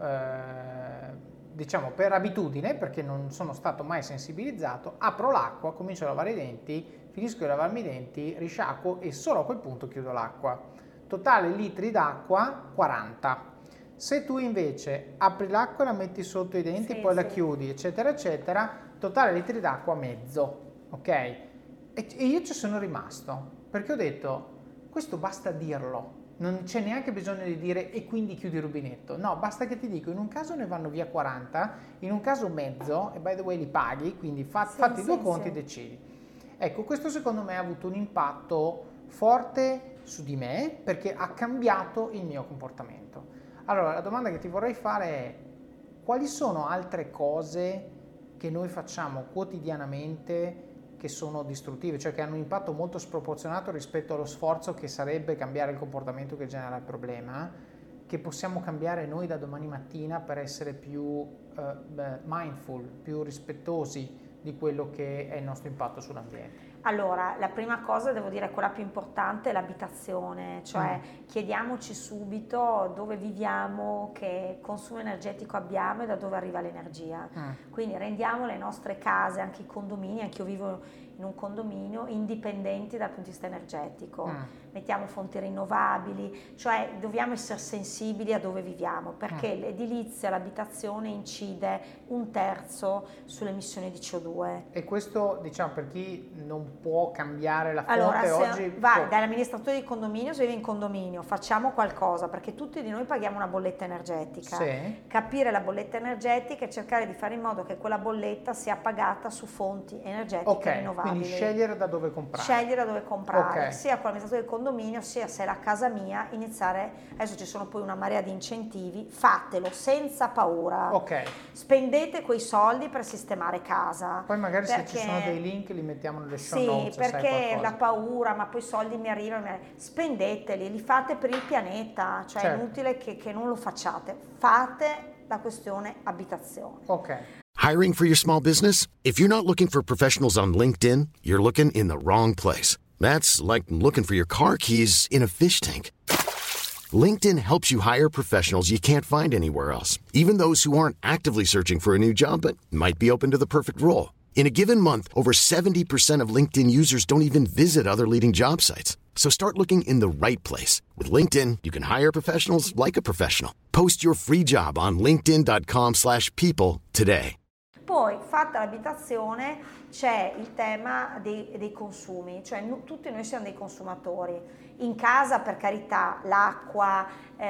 diciamo per abitudine, perché non sono stato mai sensibilizzato, apro l'acqua, comincio a lavare i denti, finisco di lavarmi i denti, risciacquo e solo a quel punto chiudo l'acqua. Totale litri d'acqua 40. Se tu invece apri l'acqua e la metti sotto i denti, poi la chiudi, eccetera, eccetera, totale litri d'acqua mezzo, ok? E io ci sono rimasto, perché ho detto, questo basta dirlo, non c'è neanche bisogno di dire e quindi chiudi il rubinetto, no, basta che ti dico, in un caso ne vanno via 40, in un caso mezzo, e by the way li paghi, quindi fatti i due conti e decidi. Ecco, questo secondo me ha avuto un impatto forte su di me, perché ha cambiato il mio comportamento. Allora, la domanda che ti vorrei fare è, quali sono altre cose che noi facciamo quotidianamente che sono distruttive, cioè che hanno un impatto molto sproporzionato rispetto allo sforzo che sarebbe cambiare il comportamento che genera il problema, che possiamo cambiare noi da domani mattina per essere più mindful, più rispettosi di quello che è il nostro impatto sull'ambiente? Allora, la prima cosa, devo dire, quella più importante è l'abitazione, cioè chiediamoci subito dove viviamo, che consumo energetico abbiamo e da dove arriva l'energia. Quindi rendiamo le nostre case, anche i condomini, anche io vivo in un condominio, indipendenti dal punto di vista energetico. Mettiamo fonti rinnovabili, cioè dobbiamo essere sensibili a dove viviamo, perché l'edilizia, l'abitazione incide 1/3 sulle emissioni di CO2. E questo, diciamo, per chi non può cambiare la fonte Allora, oggi... vai dall'amministratore di condominio, se vivi in condominio, facciamo qualcosa, perché tutti di noi paghiamo una bolletta energetica. Sì. Capire la bolletta energetica e cercare di fare in modo che quella bolletta sia pagata su fonti energetiche rinnovabili. Quindi scegliere da dove comprare. Sia con l'amministratore del condominio, sia se è la casa mia, iniziare, adesso ci sono poi una marea di incentivi, fatelo senza paura. Spendete quei soldi per sistemare casa. Poi magari se ci sono dei link li mettiamo nelle show notes. Sì, perché la paura, ma poi i soldi mi arrivano, spendeteli, li fate per il pianeta, cioè è inutile che non lo facciate, fate la questione abitazione. Hiring for your small business? If you're not looking for professionals on LinkedIn, you're looking in the wrong place. That's like looking for your car keys in a fish tank. LinkedIn helps you hire professionals you can't find anywhere else, even those who aren't actively searching for a new job but might be open to the perfect role. In a given month, over 70% of LinkedIn users don't even visit other leading job sites. So start looking in the right place. With LinkedIn, you can hire professionals like a professional. Post your free job on linkedin.com/people today. Poi, fatta l'abitazione, c'è il tema dei consumi, cioè tutti noi siamo dei consumatori. In casa, per carità, l'acqua,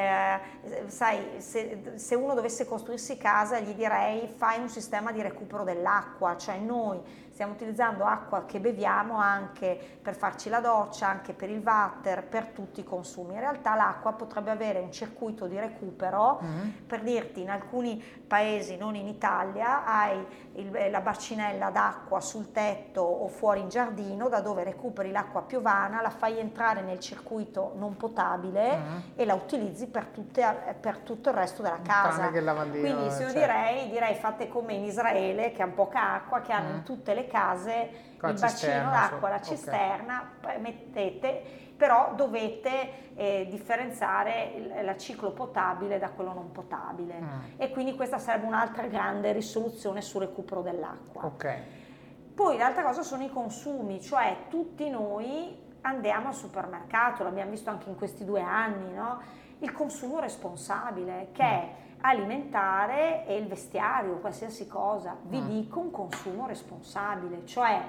sai, se uno dovesse costruirsi casa, gli direi fai un sistema di recupero dell'acqua, cioè noi stiamo utilizzando acqua che beviamo anche per farci la doccia, anche per il water, per tutti i consumi. In realtà l'acqua potrebbe avere un circuito di recupero, per dirti, in alcuni paesi, non in Italia, hai la bacinella d'acqua sul tetto o fuori in giardino, da dove recuperi l'acqua piovana, la fai entrare nel circuito non potabile e la utilizzi per tutto il resto della casa. Quindi se io direi fate come in Israele, che hanno poca acqua, che hanno in tutte le case il bacino d'acqua, la cisterna, mettete, però dovete differenziare il ciclo potabile da quello non potabile, e quindi questa sarebbe un'altra grande risoluzione sul recupero dell'acqua. Poi l'altra cosa sono i consumi, cioè tutti noi andiamo al supermercato, l'abbiamo visto anche in questi 2 anni, no? Il consumo responsabile, che è alimentare e il vestiario, qualsiasi cosa. Vi dico un consumo responsabile, cioè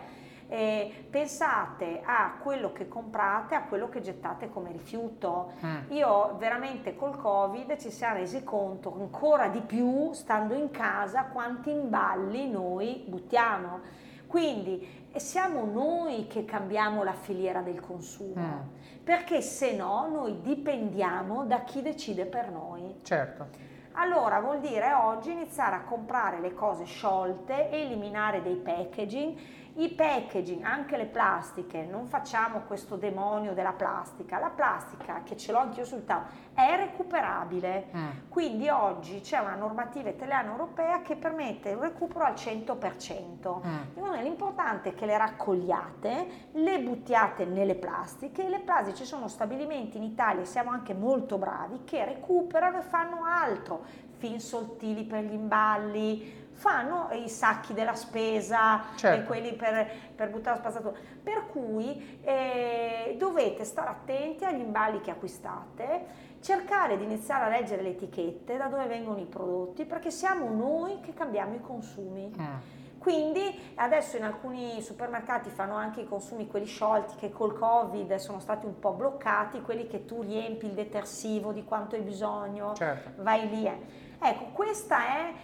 pensate a quello che comprate, a quello che gettate come rifiuto. Io veramente col Covid ci siamo resi conto ancora di più, stando in casa, quanti imballi noi buttiamo. Quindi siamo noi che cambiamo la filiera del consumo, perché se no noi dipendiamo da chi decide per noi. Allora vuol dire oggi iniziare a comprare le cose sciolte, eliminare dei packaging. I packaging, anche le plastiche, non facciamo questo demonio della plastica. La plastica, che ce l'ho anch'io sul tavolo, è recuperabile. Quindi oggi c'è una normativa italiana europea che permette il recupero al 100%. L'importante è che le raccogliate, le buttiate nelle plastiche. Le plastiche, ci sono stabilimenti in Italia, siamo anche molto bravi, che recuperano e fanno altro. Fin sottili per gli imballi, fanno i sacchi della spesa, quelli per buttare la spazzatura, per cui dovete stare attenti agli imballi che acquistate, cercare di iniziare a leggere le etichette, da dove vengono i prodotti, perché siamo noi che cambiamo i consumi. Quindi adesso in alcuni supermercati fanno anche i consumi, quelli sciolti, che col Covid sono stati un po' bloccati, quelli che tu riempi il detersivo di quanto hai bisogno, vai lì. Ecco, questa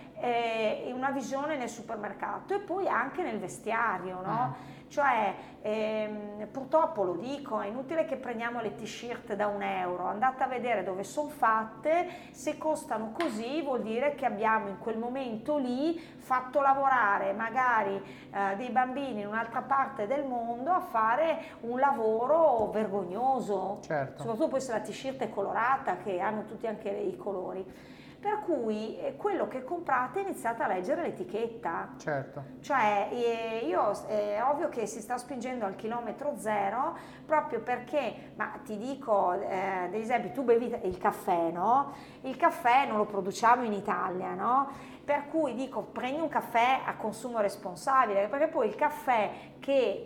è una visione nel supermercato, e poi anche nel vestiario, no? Cioè, purtroppo lo dico, è inutile che prendiamo le t-shirt da €1, andate a vedere dove sono fatte. Se costano così vuol dire che abbiamo in quel momento lì fatto lavorare magari dei bambini in un'altra parte del mondo a fare un lavoro vergognoso, soprattutto poi se la t-shirt è colorata, che hanno tutti anche i colori. Per cui quello che comprate iniziate a leggere l'etichetta. Certo. Cioè è ovvio che si sta spingendo al chilometro zero, proprio perché, ma ti dico, ad esempio, tu bevi il caffè, no? Il caffè non lo produciamo in Italia, no? Per cui dico, prendi un caffè a consumo responsabile, perché poi il caffè che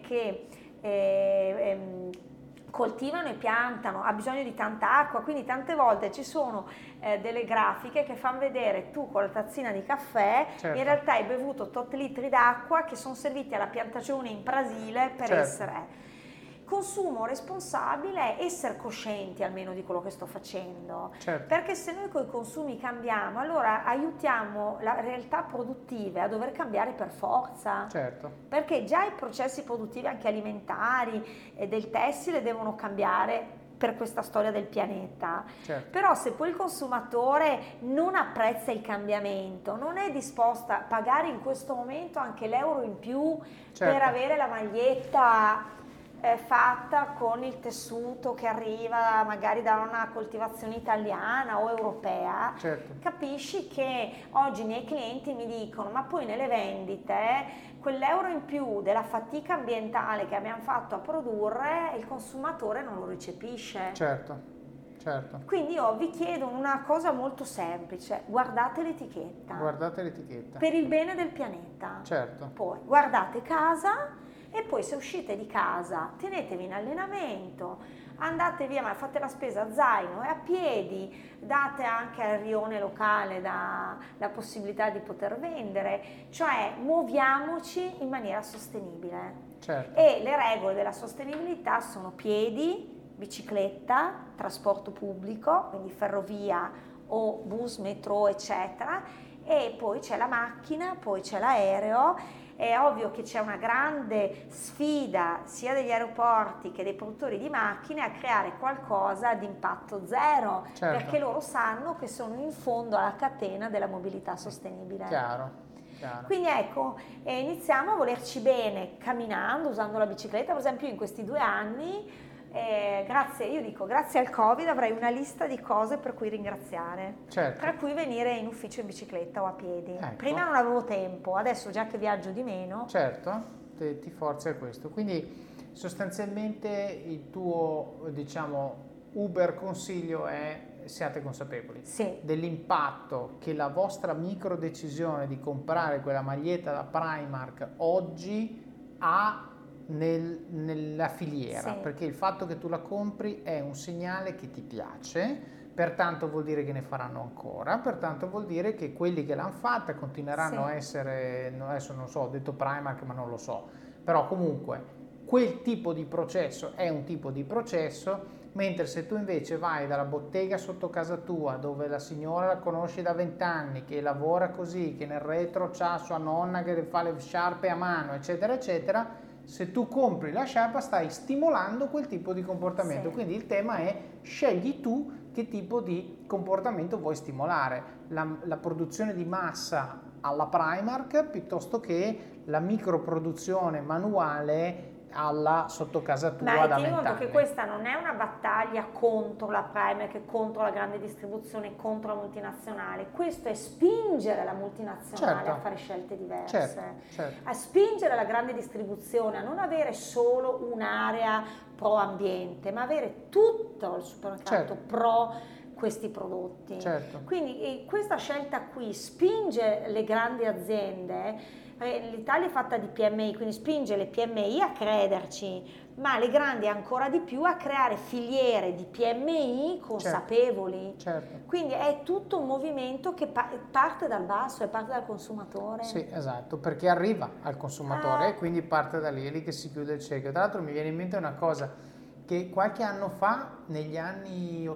coltivano e piantano ha bisogno di tanta acqua, quindi tante volte ci sono delle grafiche che fanno vedere tu con la tazzina di caffè, certo, in realtà hai bevuto tot litri d'acqua che sono serviti alla piantagione in Brasile per certo, essere... Consumo responsabile è essere coscienti almeno di quello che sto facendo, certo, perché se noi con i consumi cambiamo, allora aiutiamo le realtà produttive a dover cambiare per forza, certo, perché già i processi produttivi anche alimentari e del tessile devono cambiare per questa storia del pianeta, certo. Però se poi il consumatore non apprezza il cambiamento, non è disposto a pagare in questo momento anche l'euro in più, certo, per avere la maglietta fatta con il tessuto che arriva magari da una coltivazione italiana o europea, certo, capisci che oggi i miei clienti mi dicono, ma poi nelle vendite quell'euro in più della fatica ambientale che abbiamo fatto a produrre il consumatore non lo recepisce. certo, certo. Quindi io vi chiedo una cosa molto semplice: guardate l'etichetta, Guardate l'etichetta, per il bene del pianeta. certo, Poi guardate casa. E poi se uscite di casa tenetevi in allenamento, andate via, ma fate la spesa a zaino e a piedi, date anche al rione locale la possibilità di poter vendere, cioè muoviamoci in maniera sostenibile. certo, E le regole della sostenibilità sono piedi, bicicletta, trasporto pubblico, quindi ferrovia o bus, metro, eccetera, e poi c'è la macchina, poi c'è l'aereo. È ovvio che c'è una grande sfida sia degli aeroporti che dei produttori di macchine a creare qualcosa di impatto zero, certo, perché loro sanno che sono in fondo alla catena della mobilità sostenibile. chiaro, chiaro. Quindi ecco, iniziamo a volerci bene camminando, usando la bicicletta. Per esempio in questi 2 anni, grazie al Covid avrei una lista di cose per cui ringraziare, certo, tra cui venire in ufficio in bicicletta o a piedi. Ecco. Prima non avevo tempo, adesso già che viaggio di meno. certo, ti forza a questo. Quindi sostanzialmente il tuo, diciamo, Uber consiglio è: siate consapevoli dell'impatto che la vostra micro decisione di comprare quella maglietta da Primark oggi ha nella filiera, perché il fatto che tu la compri è un segnale che ti piace, pertanto vuol dire che ne faranno ancora, pertanto vuol dire che quelli che l'hanno fatta continueranno a essere, adesso non so, ho detto Primark ma non lo so, però comunque quel tipo di processo è un tipo di processo, mentre se tu invece vai dalla bottega sotto casa tua, dove la signora la conosci da 20 anni, che lavora così, che nel retro c'ha sua nonna che fa le sciarpe a mano, eccetera eccetera, se tu compri la sciarpa stai stimolando quel tipo di comportamento, quindi il tema è: scegli tu che tipo di comportamento vuoi stimolare, la produzione di massa alla Primark piuttosto che la microproduzione manuale alla sotto casa tua da 20 anni. Ma ti conto che questa non è una battaglia contro la Primark, contro la grande distribuzione, contro la multinazionale. Questo è spingere la multinazionale a fare scelte diverse, a spingere la grande distribuzione a non avere solo un'area pro ambiente, ma avere tutto il supermercato pro questi prodotti. Quindi questa scelta qui spinge le grandi aziende. L'Italia è fatta di PMI, quindi spinge le PMI a crederci, ma le grandi ancora di più a creare filiere di PMI consapevoli. Quindi è tutto un movimento che parte dal basso e parte dal consumatore. Sì, esatto, perché arriva al consumatore e quindi parte da lì, è lì che si chiude il cerchio. Tra l'altro mi viene in mente una cosa che qualche anno fa, negli anni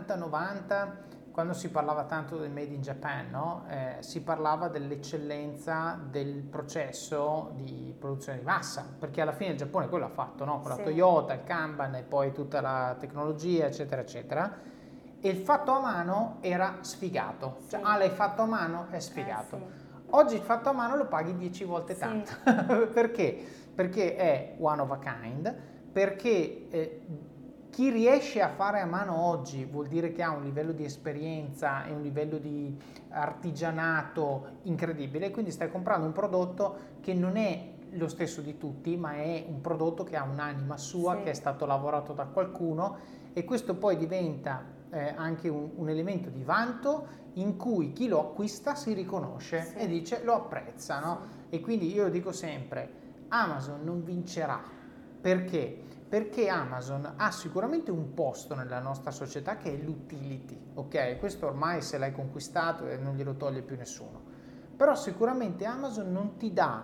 80-90, quando si parlava tanto del Made in Japan, no? Si parlava dell'eccellenza del processo di produzione di massa, perché alla fine il Giappone quello ha fatto, no? Con la Toyota, il Kanban e poi tutta la tecnologia, eccetera, eccetera. E il fatto a mano era sfigato, cioè l'hai fatto a mano è sfigato. Oggi il fatto a mano lo paghi 10 volte tanto. Perché? Perché è one of a kind, perché chi riesce a fare a mano oggi vuol dire che ha un livello di esperienza e un livello di artigianato incredibile, quindi stai comprando un prodotto che non è lo stesso di tutti, ma è un prodotto che ha un'anima sua, Sì. che è stato lavorato da qualcuno, e questo poi diventa anche un elemento di vanto in cui chi lo acquista si riconosce Sì. e dice lo apprezza, no? Sì. E quindi io dico sempre, Amazon non vincerà. Perché? Perché Amazon ha sicuramente un posto nella nostra società che è l'utility, ok? Questo ormai se l'hai conquistato e non glielo toglie più nessuno. Però sicuramente Amazon non ti dà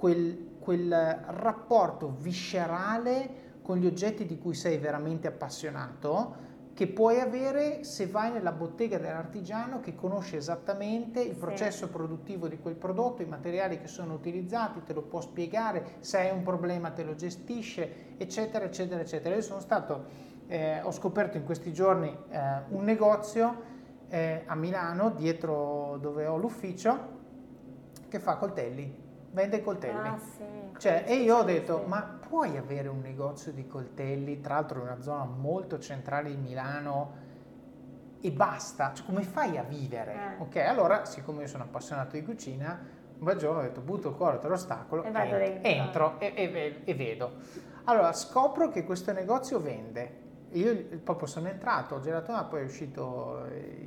quel rapporto viscerale con gli oggetti di cui sei veramente appassionato, che puoi avere se vai nella bottega dell'artigiano che conosce esattamente il processo produttivo di quel prodotto, i materiali che sono utilizzati, te lo può spiegare, se hai un problema te lo gestisce, eccetera, eccetera, eccetera. Io sono stato, ho scoperto in questi giorni un negozio a Milano, dietro dove ho l'ufficio, che fa coltelli, vende coltelli. Ah, sì. Cioè, e io ho detto, ma puoi avere un negozio di coltelli, tra l'altro in una zona molto centrale di Milano, e basta? Cioè, come fai a vivere? Ok, allora, siccome io sono appassionato di cucina, un bel giorno ho detto, butto il cuore tra l'ostacolo, entro e vedo. Allora, scopro che questo negozio vende. Io proprio sono entrato, ho girato, poi è uscito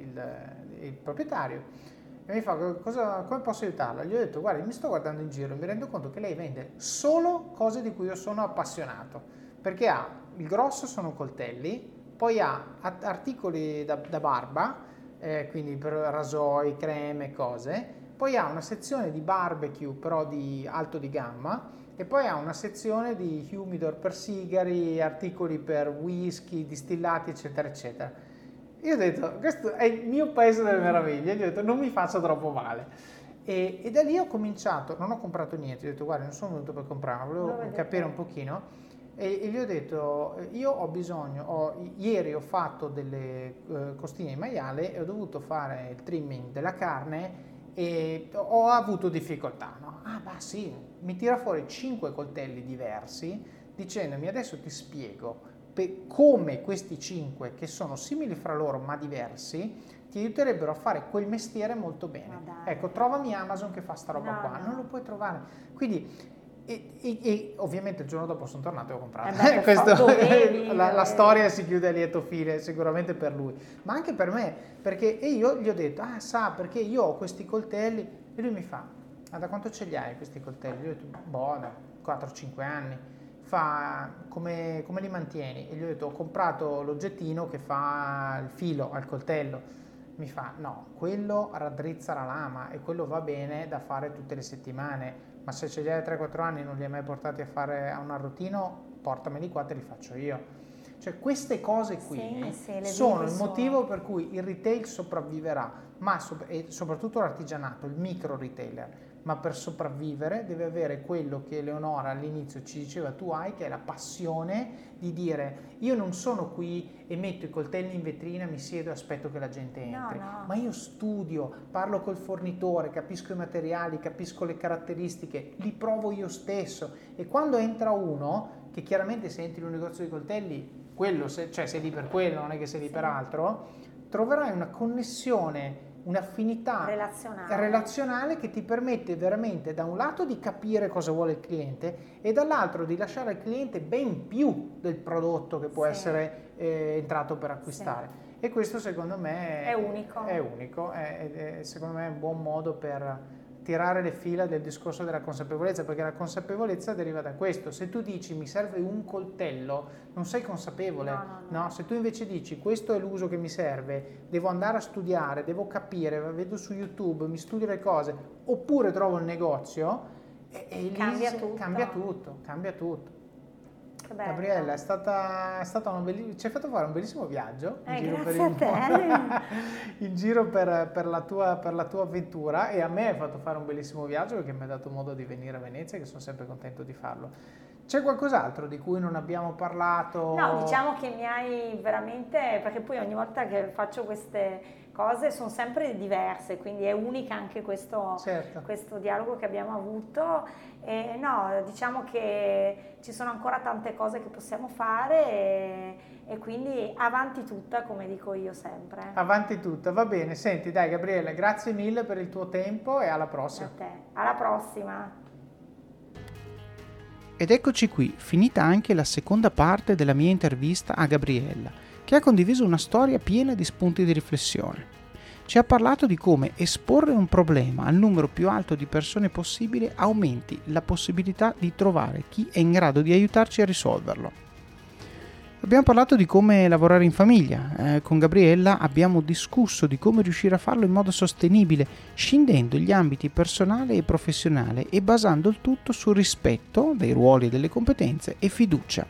il proprietario, e mi fa, come posso aiutarla? Gli ho detto, guardi, mi sto guardando in giro e mi rendo conto che lei vende solo cose di cui io sono appassionato, perché il grosso sono coltelli, poi ha articoli da barba, quindi per rasoi, creme, cose, poi ha una sezione di barbecue però di alto di gamma, e poi ha una sezione di humidor per sigari, articoli per whisky, distillati, eccetera, eccetera. Io ho detto, questo è il mio paese delle meraviglie, gli ho detto, non mi faccio troppo male. E da lì ho cominciato, non ho comprato niente, gli ho detto, guarda, non sono venuto per comprare, volevo capire un pochino. E gli ho detto, io ho bisogno, ieri ho fatto delle costine di maiale e ho dovuto fare il trimming della carne e ho avuto difficoltà, no? Ah, bah sì, mi tira fuori 5 coltelli diversi dicendomi, adesso ti spiego come questi 5, che sono simili fra loro ma diversi, ti aiuterebbero a fare quel mestiere molto bene. Ecco, trovami Amazon che fa sta roba qua, non lo puoi trovare. Quindi, e ovviamente il giorno dopo sono tornato e ho comprato. La storia si chiude a lieto fine, sicuramente per lui, ma anche per me, perché io gli ho detto, perché io ho questi coltelli, e lui mi fa, da quanto ce li hai questi coltelli? Io ho detto, da 4-5 anni. Fa come li mantieni? E gli ho detto, ho comprato l'oggettino che fa il filo al coltello. Mi fa, no, quello raddrizza la lama e quello va bene da fare tutte le settimane, ma se ce li hai 3-4 anni e non li hai mai portati a fare a un arrotino, portameli qua, te li faccio io. Cioè queste cose qui sono il motivo per cui il retail sopravviverà, e soprattutto l'artigianato, il micro retailer. Ma per sopravvivere deve avere quello che Eleonora all'inizio ci diceva tu hai, che è la passione di dire, io non sono qui e metto i coltelli in vetrina, mi siedo e aspetto che la gente entri, ma io studio, parlo col fornitore, capisco i materiali, capisco le caratteristiche, li provo io stesso, e quando entra uno, che chiaramente se entri in un negozio di coltelli, sei lì per quello, non è che sei lì per altro, troverai una connessione, un'affinità relazionale che ti permette veramente da un lato di capire cosa vuole il cliente e dall'altro di lasciare al cliente ben più del prodotto che può essere entrato per acquistare. E questo secondo me è unico, è secondo me un buon modo per tirare le fila del discorso della consapevolezza, perché la consapevolezza deriva da questo. Se tu dici mi serve un coltello, non sei consapevole, no? Se tu invece dici questo è l'uso che mi serve, devo andare a studiare, devo capire, vedo su YouTube, mi studio le cose, oppure trovo il negozio e lì cambia tutto. Gabriella, è stata ci hai fatto fare un bellissimo viaggio in giro per la tua avventura, e a me hai fatto fare un bellissimo viaggio perché mi hai dato modo di venire a Venezia, che sono sempre contento di farlo. C'è qualcos'altro di cui non abbiamo parlato? No, diciamo che mi hai veramente, perché poi ogni volta che faccio queste cose sono sempre diverse, quindi è unica anche questo dialogo che abbiamo avuto. E no, diciamo che ci sono ancora tante cose che possiamo fare e quindi avanti tutta, come dico io sempre. Avanti tutta, va bene. Senti, dai Gabriella, grazie mille per il tuo tempo e alla prossima. A te. Alla prossima. Ed eccoci qui, finita anche la seconda parte della mia intervista a Gabriella, che ha condiviso una storia piena di spunti di riflessione. Ci ha parlato di come esporre un problema al numero più alto di persone possibile aumenti la possibilità di trovare chi è in grado di aiutarci a risolverlo. Abbiamo parlato di come lavorare in famiglia. Con Gabriella abbiamo discusso di come riuscire a farlo in modo sostenibile, scindendo gli ambiti personale e professionale e basando il tutto sul rispetto dei ruoli e delle competenze e fiducia.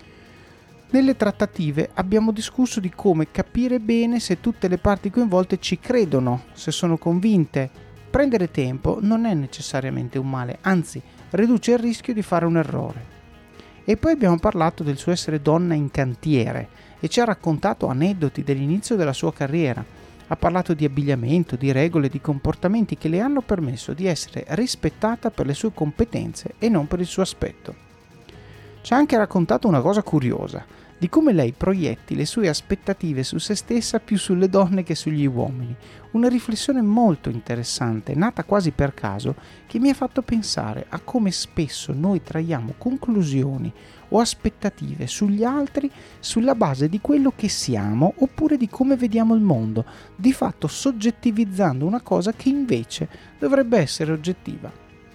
Nelle trattative abbiamo discusso di come capire bene se tutte le parti coinvolte ci credono, se sono convinte. Prendere tempo non è necessariamente un male, anzi riduce il rischio di fare un errore. E poi abbiamo parlato del suo essere donna in cantiere e ci ha raccontato aneddoti dell'inizio della sua carriera. Ha parlato di abbigliamento, di regole, di comportamenti che le hanno permesso di essere rispettata per le sue competenze e non per il suo aspetto. Ci ha anche raccontato una cosa curiosa, di come lei proietti le sue aspettative su se stessa più sulle donne che sugli uomini. Una riflessione molto interessante, nata quasi per caso, che mi ha fatto pensare a come spesso noi traiamo conclusioni o aspettative sugli altri sulla base di quello che siamo oppure di come vediamo il mondo, di fatto soggettivizzando una cosa che invece dovrebbe essere oggettiva.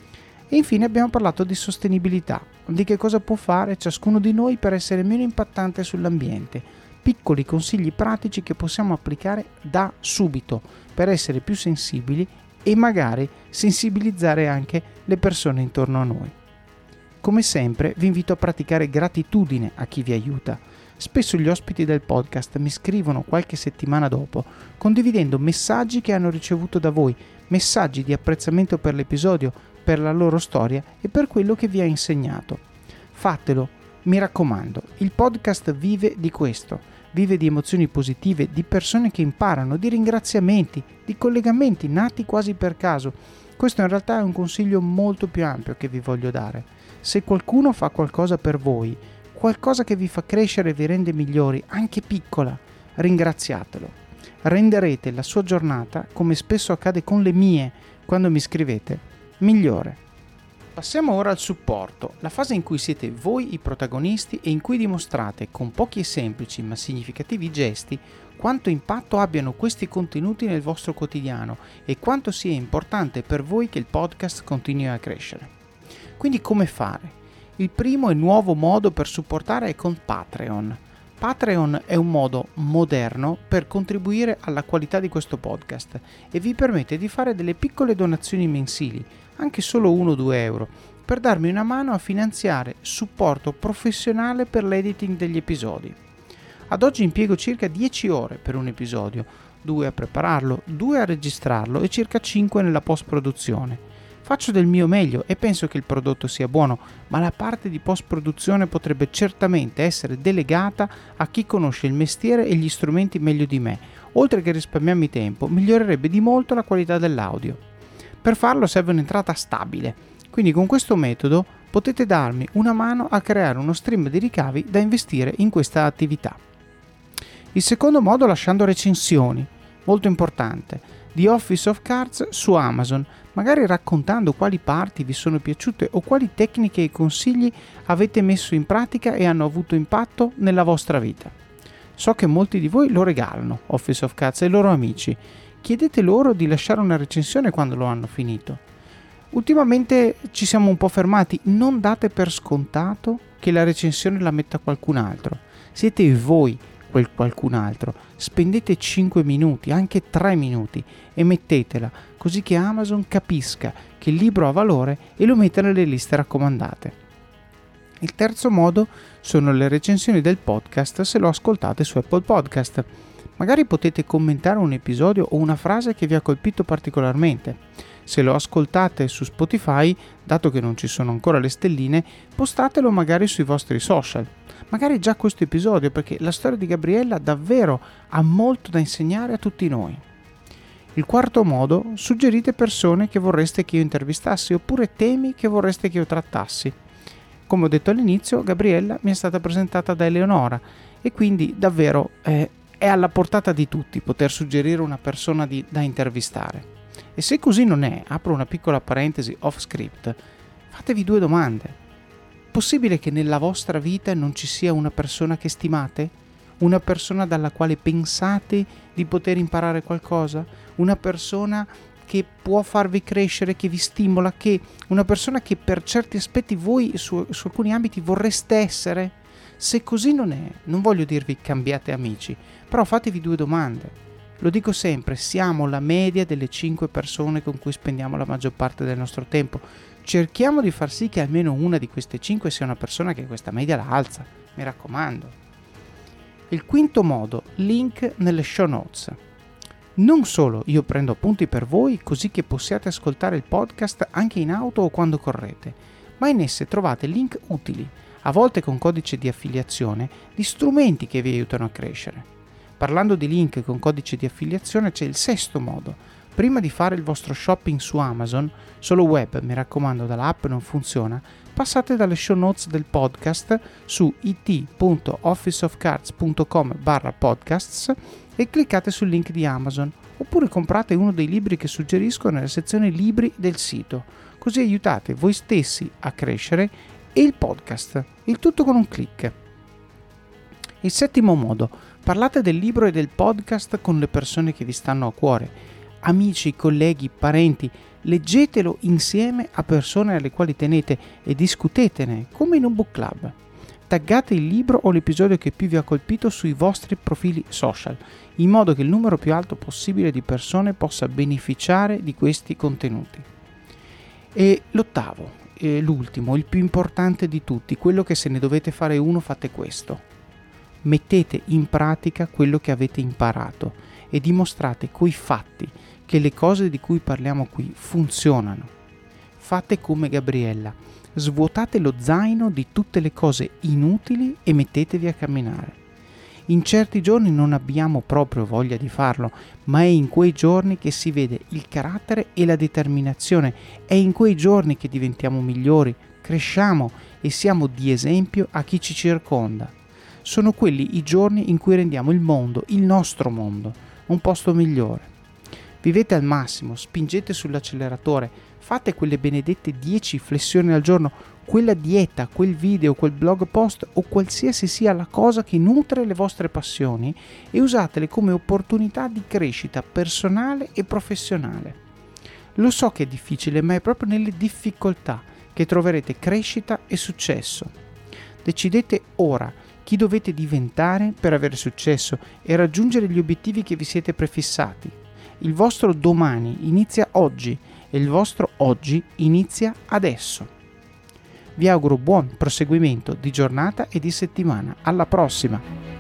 E infine abbiamo parlato di sostenibilità, di che cosa può fare ciascuno di noi per essere meno impattante sull'ambiente, piccoli consigli pratici che possiamo applicare da subito per essere più sensibili e magari sensibilizzare anche le persone intorno a noi. Come sempre vi invito a praticare gratitudine a chi vi aiuta. Spesso gli ospiti del podcast mi scrivono qualche settimana dopo, condividendo messaggi che hanno ricevuto da voi, messaggi di apprezzamento per l'episodio, per la loro storia e per quello che vi ha insegnato. Fatelo, mi raccomando, il podcast vive di questo, vive di emozioni positive, di persone che imparano, di ringraziamenti, di collegamenti nati quasi per caso. Questo in realtà è un consiglio molto più ampio che vi voglio dare. Se qualcuno fa qualcosa per voi, qualcosa che vi fa crescere e vi rende migliori, anche piccola, ringraziatelo. Renderete la sua giornata, come spesso accade con le mie, quando mi scrivete, migliore. Passiamo ora al supporto, la fase in cui siete voi i protagonisti e in cui dimostrate con pochi e semplici ma significativi gesti quanto impatto abbiano questi contenuti nel vostro quotidiano e quanto sia importante per voi che il podcast continui a crescere. Quindi come fare? Il primo e nuovo modo per supportare è con Patreon. Patreon è un modo moderno per contribuire alla qualità di questo podcast e vi permette di fare delle piccole donazioni mensili, anche solo 1-2 euro, per darmi una mano a finanziare supporto professionale per l'editing degli episodi. Ad oggi impiego circa 10 ore per un episodio, 2 a prepararlo, 2 a registrarlo e circa 5 nella post-produzione. Faccio del mio meglio e penso che il prodotto sia buono, ma la parte di post-produzione potrebbe certamente essere delegata a chi conosce il mestiere e gli strumenti meglio di me. Oltre che risparmiarmi tempo, migliorerebbe di molto la qualità dell'audio. Per farlo serve un'entrata stabile, quindi con questo metodo potete darmi una mano a creare uno stream di ricavi da investire in questa attività. Il secondo modo lasciando recensioni, molto importante, di Office of Cards su Amazon, magari raccontando quali parti vi sono piaciute o quali tecniche e consigli avete messo in pratica e hanno avuto impatto nella vostra vita. So che molti di voi lo regalano, Office of Cards, ai loro amici. Chiedete loro di lasciare una recensione quando lo hanno finito. Ultimamente ci siamo un po' fermati, non date per scontato che la recensione la metta qualcun altro. Siete voi quel qualcun altro. Spendete 5 minuti, anche 3 minuti e mettetela, così che Amazon capisca che il libro ha valore e lo metta nelle liste raccomandate. Il terzo modo sono le recensioni del podcast se lo ascoltate su Apple Podcast. Magari potete commentare un episodio o una frase che vi ha colpito particolarmente. Se lo ascoltate su Spotify, dato che non ci sono ancora le stelline, postatelo magari sui vostri social. Magari già questo episodio, perché la storia di Gabriella davvero ha molto da insegnare a tutti noi. Il quarto modo, suggerite persone che vorreste che io intervistassi oppure temi che vorreste che io trattassi. Come ho detto all'inizio, Gabriella mi è stata presentata da Eleonora e quindi davvero è alla portata di tutti poter suggerire una persona da intervistare. E se così non è, apro una piccola parentesi off script, fatevi 2 domande. Possibile che nella vostra vita non ci sia una persona che stimate? Una persona dalla quale pensate di poter imparare qualcosa? Una persona che può farvi crescere, che vi stimola, una persona che per certi aspetti voi su alcuni ambiti vorreste essere? Se così non è, non voglio dirvi cambiate amici, però fatevi 2 domande. Lo dico sempre, siamo la media delle 5 persone con cui spendiamo la maggior parte del nostro tempo. Cerchiamo di far sì che almeno una di queste 5 sia una persona che questa media la alza, mi raccomando. Il quinto modo, link nelle show notes. Non solo io prendo appunti per voi così che possiate ascoltare il podcast anche in auto o quando correte, ma in esse trovate link utili, a volte con codice di affiliazione, di strumenti che vi aiutano a crescere. Parlando di link con codice di affiliazione c'è il sesto modo. Prima di fare il vostro shopping su Amazon, solo web, mi raccomando, dall'app non funziona, passate dalle show notes del podcast su it.officeofcards.com/podcasts e cliccate sul link di Amazon, oppure comprate uno dei libri che suggerisco nella sezione libri del sito, così aiutate voi stessi a crescere e il podcast, il tutto con un click. Il settimo modo, parlate del libro e del podcast con le persone che vi stanno a cuore, amici, colleghi, parenti, leggetelo insieme a persone alle quali tenete e discutetene come in un book club. Taggate il libro o l'episodio che più vi ha colpito sui vostri profili social, in modo che il numero più alto possibile di persone possa beneficiare di questi contenuti. E l'ottavo, l'ultimo, il più importante di tutti, quello che se ne dovete fare uno fate questo. Mettete in pratica quello che avete imparato e dimostrate coi fatti che le cose di cui parliamo qui funzionano. Fate come Gabriella, svuotate lo zaino di tutte le cose inutili e mettetevi a camminare. In certi giorni non abbiamo proprio voglia di farlo, ma è in quei giorni che si vede il carattere e la determinazione, è in quei giorni che diventiamo migliori, cresciamo e siamo di esempio a chi ci circonda. Sono quelli i giorni in cui rendiamo il mondo, il nostro mondo, un posto migliore. Vivete al massimo, spingete sull'acceleratore, fate quelle benedette 10 flessioni al giorno, quella dieta, quel video, quel blog post o qualsiasi sia la cosa che nutre le vostre passioni e usatele come opportunità di crescita personale e professionale. Lo so che è difficile, ma è proprio nelle difficoltà che troverete crescita e successo. Decidete ora chi dovete diventare per avere successo e raggiungere gli obiettivi che vi siete prefissati. Il vostro domani inizia oggi e il vostro oggi inizia adesso. Vi auguro buon proseguimento di giornata e di settimana. Alla prossima!